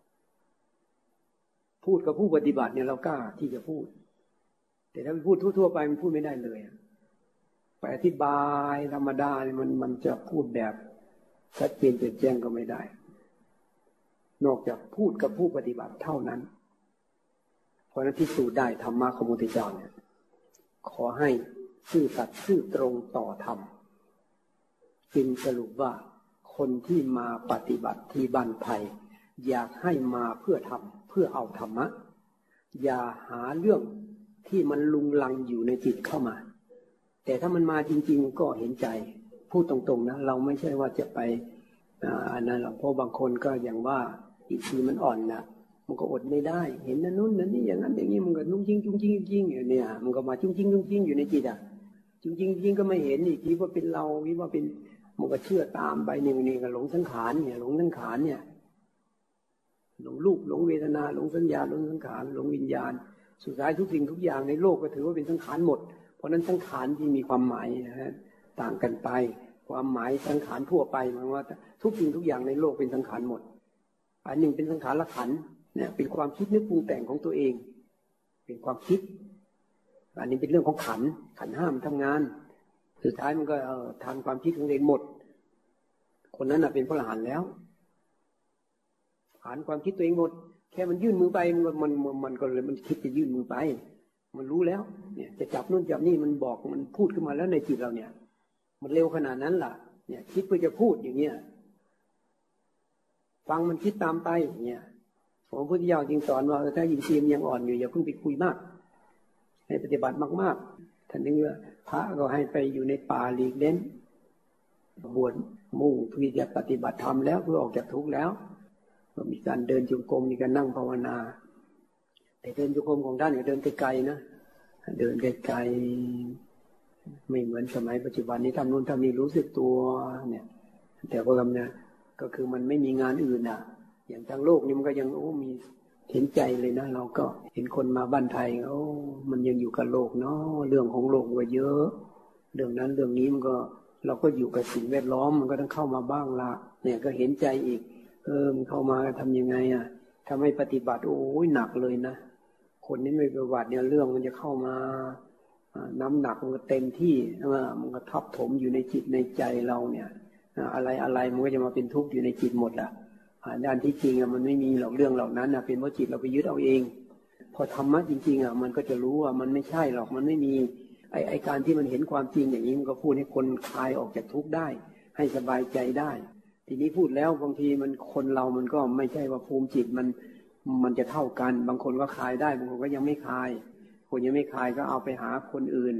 พูดกับผู้ปฏิบัติเนี่ยเรากล้าที่จะพูดแต่ถ้าไปพูดทั่วๆไปมันพูดไม่ได้เลยไปอธิบายธรรมดาเนี่ยมันจะพูดแบบชัดเจนแจ้งก็ไม่ได้นอกจากพูดกับผู้ปฏิบัติเท่านั้นเพราะนั้นที่สูจน์ได้ธรรมะของพระพุทธเจ้าเนี่ยขอให้ซื่อสัตย์ซื่อตรงต่อธรรมจึงสรุปว่าคนที่มาปฏิบัติที่บ้านไผ่อยากให้มาเพื่อทำเพื่อเอาธรรมะอย่าหาเรื่องที่มันลุงลังอยู่ในจิตเข้ามาแต่ถ้ามันมาจริงๆก็เห็นใจพูดตรงๆนะเราไม่ใช่ว่าจะไปอันนั้นหรอกเพราะบางคนก็อย่างว่าอีกทีมันอ่อนนะมันก็อดไม่ได้เห็นนั่นนู่นนั่นนี่อย่างนั้นอย่างนี้มันก็นุ่งจริงจุ้งจริงจริงเนี่ยมันก็มาจุ้งจริงจุ้งจริงอยู่ในจิตจุ้งจริงจริงก็ไม่เห็นอีกทีว่าเป็นเราคิดว่าเป็นมันก็เชื่อตามไปนี่ก็หลงสังขารเนี่ยหลงสังขารเนี่ยหลงรูปหลงเวทนาหลงสัญญาหลงสังขารหลงวิญญาณสุดท้ายทุกสิ่งทุกอย่างในโลกก็ถือว่าเป็นสังขารหมดเพราะนั้นสังขารที่มีความหมายนะฮะต่างกันไปความหมายสังขารทั่วไปหมายว่าทุกสิ่งทุกอย่างในโลกเป็นสังขารหมดอันหนึ่งเป็นสังขารละขันธ์เนี่ยเป็นความคิดนึกปรุงแต่งของตัวเองเป็นความคิดอันนี้เป็นเรื่องของขันธ์ห้ามทำงานสุดท้ายมันก็ทำความคิดของตัวเองหมดคนนั้นเป็นพระอรหันต์แล้วผ่านความคิดตัวเองหมดแค่มันยื่นมือไปมันก็เลยมันคิดจะยื่นมือไปมันรู้แล้วเนี่ยจะจับนู่นจับนี่มันบอกมันพูดขึ้นมาแล้วในจิตเราเนี่ยมันเร็วขนาดนั้นล่ะเนี่ยคิดเพื่อจะพูดอย่างเงี้ยฟังมันคิดตามไปอย่างเงี้ยพระพุทธเจ้าจึงสอนว่าถ้าอินทรีย์ยังอ่อนอยู่อย่าเพิ่งไปคุยมากให้ปฏิบัติมากๆท่านนึกว่าพระก็ให้ไปอยู่ในป่าหลีกเล้นบวชมุ่งเพื่อจะปฏิบัติธรรมแล้วเพื่อออกจากทุกข์แล้วก็มีการเดินจงกรมมีการนั่งภาวนาแต่เดินจงกรมของท่านเนี่ยเดินไกลๆนะเดินไกลๆไม่เหมือนสมัยปัจจุบันนี้ทำนู่นทำนี่รู้สึกตัวเนี่ยแต่พอทำเนี่ยก็คือมันไม่มีงานอื่นอย่างทางโลกนี่มันก็ยังมีเห็นใจเลยนะเราก็เห็นคนมาบ้านไทยมันยังอยู่กับโลกเนาะเรื่องของโลกก็เยอะเรื่องนั้นเรื่องนี้มันก็เราก็อยู่กับสิ่งแวดล้อมมันก็ต้องเข้ามาบ้างละเนี่ยก็เห็นใจอีกมันเข้ามาทำยังไงถ้าไม่ปฏิบัติหนักเลยนะคนนี้ไม่ปฏิบัติเนี่ยเรื่องมันจะเข้ามาน้ำหนักมันก็เต็มที่มันก็ทับถมอยู่ในจิตในใจเราเนี่ยอะไรมันก็จะมาเป็นทุกข์อยู่ในจิตหมดด้านที่จริงมันไม่มีหรอกเรื่องเหล่านั้นเป็นเพราะจิตเราไปยึดเอาเองพอธรรมะจริงๆมันก็จะรู้ว่ามันไม่ใช่หรอกมันไม่มีไอการที่มันเห็นความจริงอย่างนี้มันก็พูดให้คนคลายออกจากทุกข์ได้ให้สบายใจได้ทีนี้พูดแล้วบางทีมันคนเรามันก็ไม่ใช่ว่าภูมิจิตมันจะเท่ากันบางคนก็คลายได้บางคนก็ยังไม่คลายคนยังไม่คลายก็เอาไปหาคนอื่น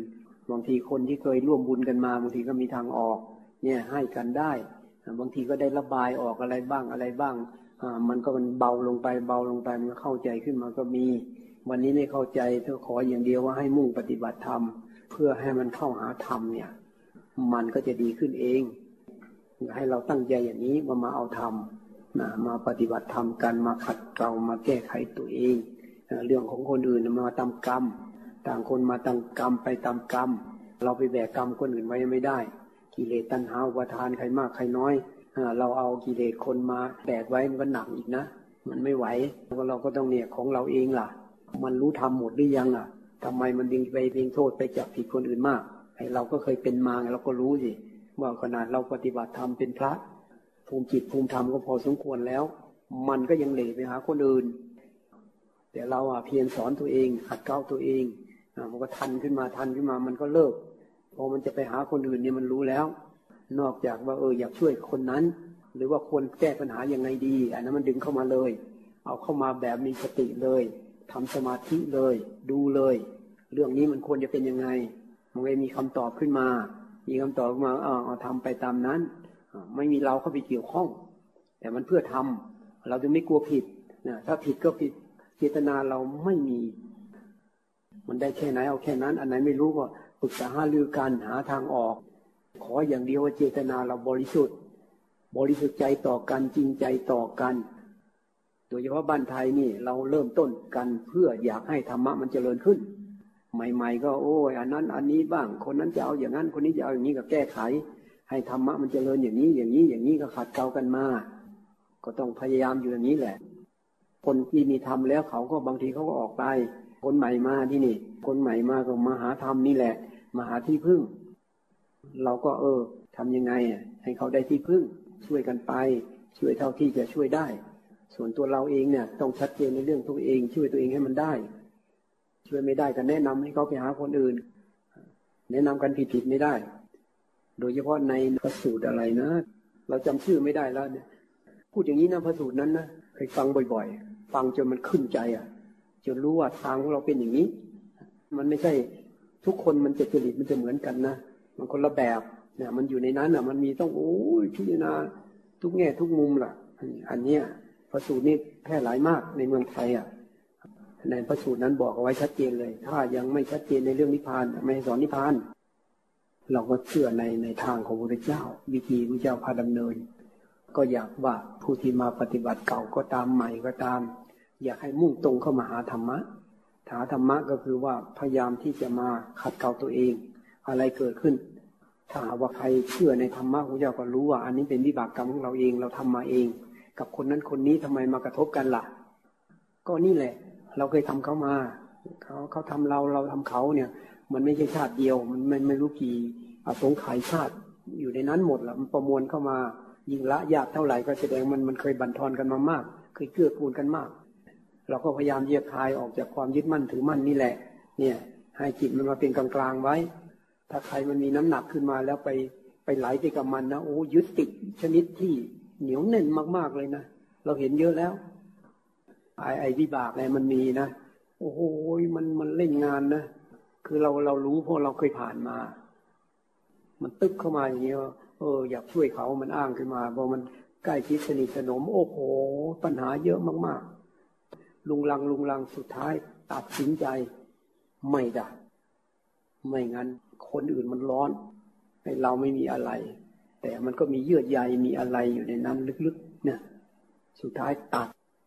บางทีคนที่เคยร่วมบุญกันมาบางทีก็มีทางออกเนี่ยให้กันได้บางทีก็ได้ระบายออกอะไรบ้างมันก็มันเบาลงไปมันก็เข้าใจขึ้นมาก็มีวันนี้ไม่เข้าใจเธอขออย่างเดียวว่าให้มุ่งปฏิบัติธรรมเพื่อให้มันเข้าหาธรรมเนี่ยมันก็จะดีขึ้นเองให้เราตั้งใจอย่างนี้มาเอาธรรมมาปฏิบัติธรรมกันมาขัดเกลามาแก้ไขตัวเองเรื่องของคนอื่นมาตามกรรมต่างคนมาตามกรรมไปตามกรรมเราไปแบกกรรมคนอื่นไว้ไม่ได้กิเลสตัณหาอุปาทานใครมากใครน้อยเราเอากิเลสคนมาแบกไว้มันก็หนักอีกนะมันไม่ไหวเราก็ต้องเนี่ยของเราเองล่ะมันรู้ธรรมหมดหรือยังทำไมมันดึงไปเพียงโทษไปจับผิดคนอื่นมากเราก็เคยเป็นมาเราก็รู้สิว่าขนาดเราปฏิบัติธรรมเป็นพระภูมิจิตภูมิธรรมก็พอสมควรแล้วมันก็ยังเหลไปหาคนอื่นแต่เราเพียรสอนตัวเองขัดเกลาตัวเองมันก็ทันขึ้นมามันก็เลิกพอมันจะไปหาคนอื่นเนี่ยมันรู้แล้วนอกจากว่าอยากช่วยคนนั้นหรือว่าควรแก้ปัญหายังไงดีอันนั้นมันดึงเข้ามาเลยเอาเข้ามาแบบมีสติเลยทำสมาธิเลยดูเลยเรื่องนี้มันควรจะเป็นยังไงมันไม่มีคำตอบขึ้นมามีคำตอบมาเอาทำไปตามนั้นไม่มีเราเข้าไปเกี่ยวข้องแต่มันเพื่อทำเราจะไม่กลัวผิดนะถ้าผิดก็ผิดเจตนาเราไม่มีมันได้แค่ไหนเอาแค่นั้นอันไหนไม่รู้ก็ปรึกษาหารือกันหาทางออกขออย่างเดียวว่าเจตนาเราบริสุทธิ์ใจต่อกันจริงใจต่อกันโดยเฉพาะบ้านไทยนี่เราเริ่มต้นกันเพื่ออยากให้ธรรมะมันเจริญขึ้นใหม่ๆก็อันนั้นอันนี้บ้างคนนั้นจะเอาอย่างนั้นคนนี้จะเอาอย่างนี้ก็แก้ไขให้ธรรมะมันเจริญอย่างนี้ก็ขัดเกลากันมาก็ต้องพยายามอยู่อย่างนี้แหละคนที่มีธรรมแล้วเขาก็บางทีเขาก็ออกไปคนใหม่มาที่นี่คนใหม่มาก็มาหาธรรมนี่แหละมาหาที่พึ่งเราก็ทำยังไงให้เขาได้ที่พึ่งช่วยกันไปช่วยเท่าที่จะช่วยได้ส่วนตัวเราเองเนี่ยต้องชัดเจนในเรื่องตัวเองช่วยตัวเองให้มันได้ช่วยไม่ได้ก็แนะนำให้เขาไปหาคนอื่นแนะนำกันผิดไม่ได้โดยเฉพาะในพระสูตรอะไรนะเราจำชื่อไม่ได้แล้วเนี่ยพูดอย่างนี้นะพระสูตรนั้นนะเคยฟังบ่อยๆฟังจนมันขึ้นใจจนรู้ว่าทางของเราเป็นอย่างนี้มันไม่ใช่ทุกคนมันจะจริตมันจะเหมือนกันนะมันคนละแบบเนี่ยมันอยู่ในนั้นมันมีต้องพิจารณาทุกแง่ทุกมุมล่ะอันเนี้ยพระสูตรนี้แพร่หลายมากในเมืองไทยในพระสูตรนั้นบอกเอาไว้ชัดเจนเลยถ้ายังไม่ชัดเจนในเรื่องนิพพานไม่สอนนิพพานเราก็เชื่อในทางของพระพุทธเจ้าวิธีพระเจ้าพาดำเนินก็อยากว่าผู้ที่มาปฏิบัติเก่าก็ตามใหม่ก็ตามอยากให้มุ่งตรงเข้ามาหาธรรมะธรรมะก็คือว่าพยายามที่จะมาขัดเกลาตัวเองอะไรเกิดขึ้นถ้าว่าใครเชื่อในธรรมะพระเจ้าก็รู้ว่าอันนี้เป็นวิบากกรรมของเราเองเราทำมาเองกับคนนั้นคนนี้ทำไมมากระทบกันล่ะก็นี่แหละเราเคยทำเขามาเขาทำเราทำเขาเนี่ยมันไม่ใช่ชาติเดียวมันไม่รู้กี่สงไขยชาติอยู่ในนั้นหมดละมันประมวลเข้ามายิ่งละยากเท่าไหร่ก็แสดงมันเคยบั่นทอนกันมามากเคยเกื้อกูลกันมากเราก็พยายามจะคลายออกจากความยึดมั่นถือมั่นนี่แหละเนี่ยให้จิตมันมาเป็นกลางๆไว้ถ้าใครมันมีน้ำหนักขึ้นมาแล้วไปไหลไปกับมันนะยึดติดชนิดที่เหนียวแน่นมากๆเลยนะเราเห็นเยอะแล้วไอ้วิบากอะไรมันมีนะโอ้โหมันเล่นงานนะคือเรารู้เพราะเราเคยผ่านมามันตึกเข้ามาอย่างเงี้ยอยากช่วยเขามันอ้างขึ้นมาพอมันใกล้ชิดสนิทสนมโอ้โหปัญหาเยอะมากๆลุงลังสุดท้ายตัดสินใจไม่ได้ไม่งั้นคนอื่นมันร้อนให้เราไม่มีอะไรแต่มันก็มีเยื่อใยมีอะไรอยู่ในนั้นลึกๆเนี่ยสุดท้ายตัด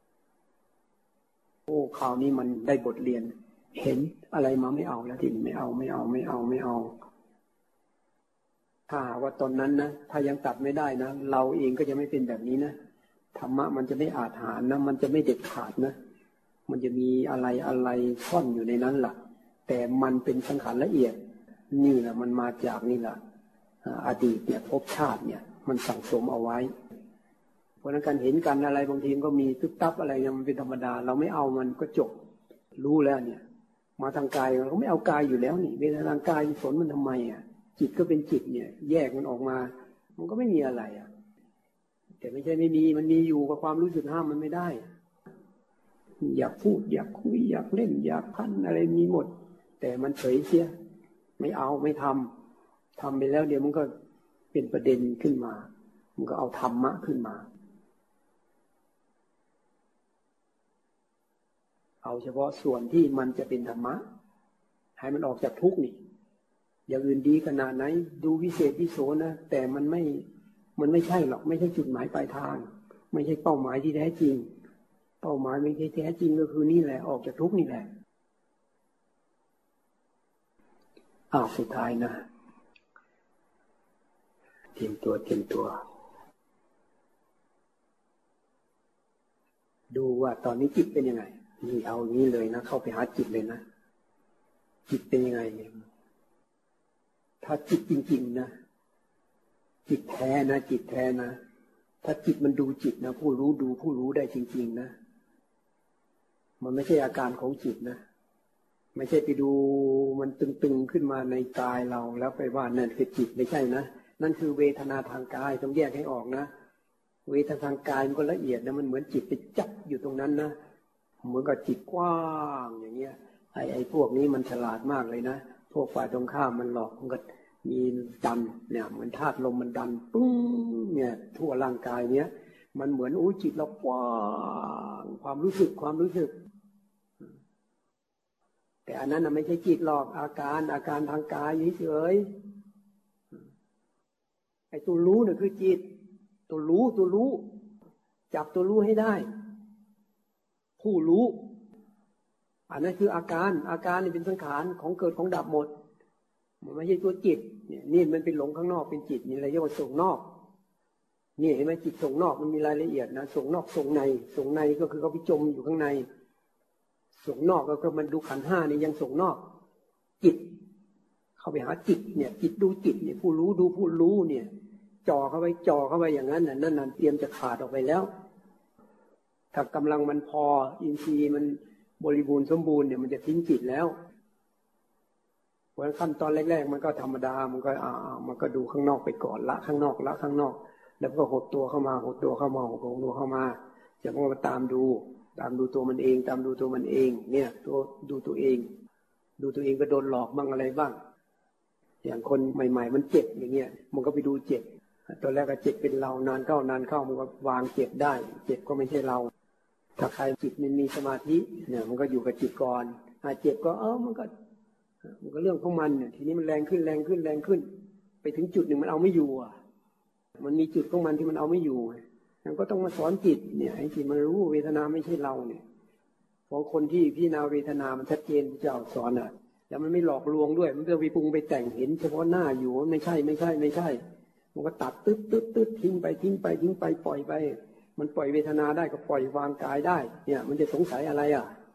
คราวนี้มันได้บทเรียนเห็นอะไรมาไม่เอาแล้วทีนี้ไม่เอาถ้าว่าตอนนั้นนะถ้ายังตัดไม่ได้นะเราเองก็จะไม่เป็นแบบนี้นะธรรมะมันจะไม่อาจหารนะมันจะไม่เด็ดขาดนะมันจะมีอะไรซ่อนอยู่ในนั้นล่ะแต่มันเป็นสังขารละเอียดนี่แหละมันมาจากนี่แหละอดีตเนี่ยภพชาติเนี่ยมันสั่งสมเอาไว้เพราะนั้นการเห็นกันอะไรบางทีมันก็มีตึ๊บตับอะไรเนี่ยมันเป็นธรรมดาเราไม่เอามันก็จบรู้แล้วเนี่ยมาทางกายเราไม่เอากายอยู่แล้วนี่เวทนาทางกายสนมันทำไมจิตก็เป็นจิตเนี่ยแยกมันออกมามันก็ไม่มีอะไรแต่ไม่ใช่ไม่มีมันมีอยู่กับความรู้สึกห้ามมันไม่ได้อยากพูดอยากคุยอยากเล่นอยากพันอะไรมีหมดแต่มันเฉยเสียไม่เอาไม่ทำไปแล้วเดี๋ยวมันก็เป็นประเด็นขึ้นมามันก็เอาธรรมะขึ้นมาเอาเฉพาะส่วนที่มันจะเป็นธรรมะให้มันออกจากทุกข์นี่อย่างอื่นดีขนาดไหนดูวิเศษวิโสนะแต่มันไม่ใช่หรอกไม่ใช่จุดหมายปลายทางไม่ใช่เป้าหมายที่แท้จริงเป้าหมายไม่ใช่แท้จริงก็คือนี่แหละออกจากทุกข์นี่แหละสุดท้ายนะเตรียมตัวดูว่าตอนนี้จิตเป็นยังไงนี่เอานี้เลยนะเข้าไปหาจิตเลยนะจิตเป็นยังไงเนี่ยถ้าจิตจริงๆนะจิตแท้นะจิตแท้นะถ้าจิตมันดูจิตนะผู้รู้ดูผู้รู้ได้จริงๆนะมันไม่ใช่อาการของจิตนะไม่ใช่ไปดูมันตึงๆขึ้นมาในกายเราแล้วไปว่านั่นคือจิตไม่ใช่นะนั่นคือเวทนาทางกายต้องแยกให้ออกนะเวทนาทางกายมันก็ละเอียดนะมันเหมือนจิตไปจับอยู่ตรงนั้นนะเหมือนกับจิตกว้างอย่างเงี้ยไอ้พวกนี้มันฉลาดมากเลยนะพวกฝ่ายตรงข้ามมันหลอกมันก็มีดันเนี่ยเหมือนธาตุลมมันดันปึ้งเนี่ยทั่วร่างกายเนี้ยมันเหมือนจิตเรากว้างความรู้สึกแต่อันนั้นน่ะไม่ใช่จิตหรอกอาการทางกายเฉยๆไอ้ตัวรู้เนี่ยคือจิตตัวรู้จับตัวรู้ให้ได้ผู้รู้อันนั้นคืออาการนี่เป็นสังขารของเกิดของดับหมดมันไม่ใช่ตัวจิตเนี่ยนี่มันเป็นหลงข้างนอกเป็นจิตนี่อะไรเรียกว่าส่งนอกนี่เห็นไหมจิตส่งนอกมันมีรายละเอียดนะส่งนอกส่งในก็คือเขาไปจมอยู่ข้างในส่งนอกก็คือมันดูขันธ์ห้านี่ยังส่งนอกจิตเข้าไปหาจิตเนี่ยจิตดูจิตเนี่ยผู้รู้ดูผู้รู้เนี่ยจ่อเข้าไปอย่างนั้นนั่นเตรียมจะขาดออกไปแล้วถ้ากำลังมันพออินทรีย์มันบริบูรณ์สมบูรณ์เนี่ยมันจะทิ้งจิตแล้วเพราะขั้นตอนแรกๆมันก็ธรรมดามันก็ดูข้างนอกไปก่อนละข้างนอกแล้วก็หดตัวเข้ามาจะมาตามดูตัวมันเองเนี่ยตัวดูตัวเองก็โดนหลอกบ้างอะไรบ้างอย่างคนใหม่ๆมันเจ็บอย่างเงี้ยมันก็ไปดูเจ็บตอนแรกก็เจ็บเป็นเรานานเข้ามันก็วางเจ็บได้เจ็บก็ไม่ใช่เราถ้าใครจิตมันมีสมาธิเนี่ยมันก็อยู่กับจิตก่อนเจ็บก็มันก็เรื่องของมันเนี่ยทีนี้มันแรงขึ้นไปถึงจุดหนึ่งมันเอาไม่อยู่มันมีจุดของมันที่มันเอาไม่อยู่มันก็ต้องมาสอนจิตเนี่ยให้จิตมันรู้เวทนาไม่ใช่เราเนี่ยเพราะคนที่พิจารณาเวทนามันชัดเจนพระเจ้าสอนแล้วมันไม่หลอกลวงด้วยมันไปปรุงไปแต่งเห็นเฉพาะหน้าอยู่ไม่ใช่มันก็ตัดตึ๊ดทิ้งไปปล่อยไปมันปล่อยเวทนาได้ก็ปล่อยวางกายได้เนี่ยมันจะสงสัยอะไร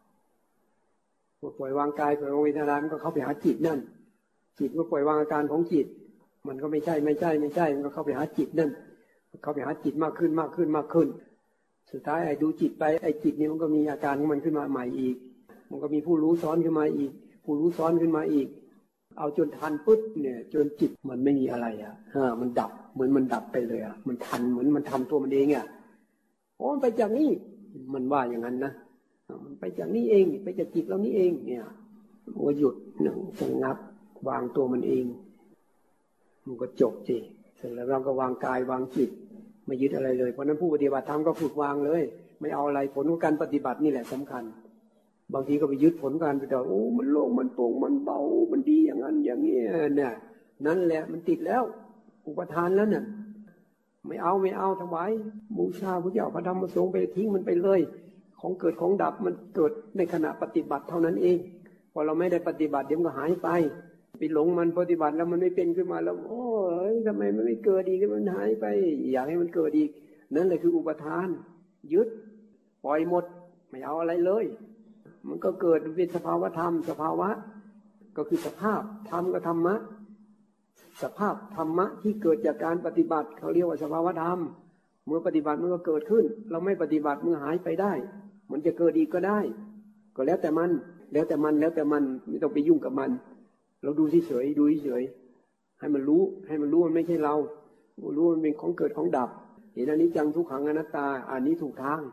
ปล่อยวางกายปล่อยวางเวทนามันก็เข้าไปหาจิตนั่นจิตก็ปล่อยวางอาการของจิตมันก็ไม่ใช่มันก็เข้าไปหาจิตนั่นเข้าไปหาจิตมากขึ้นสุดท้ายดูจิตไปไอ้จิตนี้มันก็มีอาการของมันขึ้นมาใหม่อีกมันก็มีผู้รู้ซ้อนขึ้นมาอีกเอาจนทันปุ๊บเนี่ยจนจิตมันไม่มีอะไรมันดับเหมือนมันดับไปเลยมันทันเหมือนมันทำตัวมันเองมันไปจากนี้มันว่าอย่างนั้นนะมันไปจากนี้เองไปจากจิตเรานี่เองเนี่ยมันก็หยุดสงับวางตัวมันเองมันก็จบสิเสร็จแล้วเราก็วางกายวางจิตไม่ยึดอะไรเลยเพราะนั้นผู้ปฏิบัติธรรมก็ฝึกวางเลยไม่เอาอะไรผลของการปฏิบัตินี่แหละสำคัญบางทีก็ไปยึดผลการปฏิบัติมันโล่งมันโปร่งมันเบามันดีอย่างนั้นอย่างนี้เนี่ยนั่นแหละมันติดแล้วอุปทานแล้วเนี่ยไม่เอาถวายบูชาพระเจ้าพระธรรมพระสงฆ์ไปทิ้งมันไปเลยของเกิดของดับมันเกิดในขณะปฏิบัติเท่านั้นเองพอเราไม่ได้ปฏิบัติเดี๋ยวมันก็หายไปหลงมันปฏิบัติแล้วมันไม่เป็นขึ้นมาแล้วทำไมมันไม่เกิดอีกมันหายไปอยากให้มันเกิดอีกนั่นแหละคืออุปทานยึดปล่อยหมดไม่เอาอะไรเลยมันก็เกิดเป็นสภาวะธรรมสภาวะก็คือสภาพธรรมกับธรรมะสภาพธรรมะที่เกิดจากการปฏิบัติเขาเรียกว่าสภาวะธรรมเมื่อปฏิบัติมันก็เกิดขึ้นเราไม่ปฏิบัติมันหายไปได้มันจะเกิดอีกก็ได้ก็แล้วแต่มันไม่ต้องไปยุ่งกับมันเราดูเฉยให้มันรู้มันไม่ใช่เรารู้มันเป็นของเกิดของดับเห็นอนิจจังทุกขังอนัตตาอันนี้ถูกทาง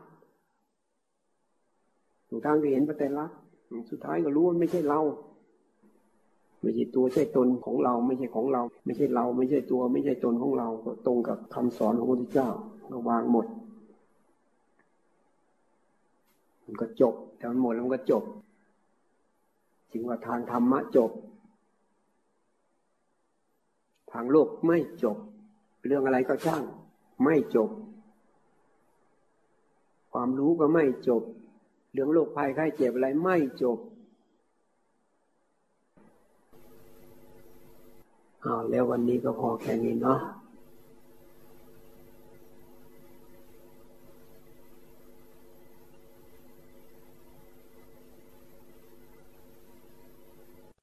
ก็เห็นปัจจัยลักษณ์สุดท้ายก็รู้มันไม่ใช่เราไม่ใช่ตัวใช่ตนของเราไม่ใช่ของเราไม่ใช่เราไม่ใช่ตัวไม่ใช่ตนของเราก็ตรงกับคำสอนของพระพุทธเจ้าก็วางหมดมันก็จบแต่มันหมดแล้วมันก็จบจึงว่าทางธรรมะจบทางโลกไม่จบเรื่องอะไรก็ช่างไม่จบความรู้ก็ไม่จบเรื่องโรคภัยไข้เจ็บอะไรไม่จบแล้ววันนี้ก็พอแค่นี้เนาะ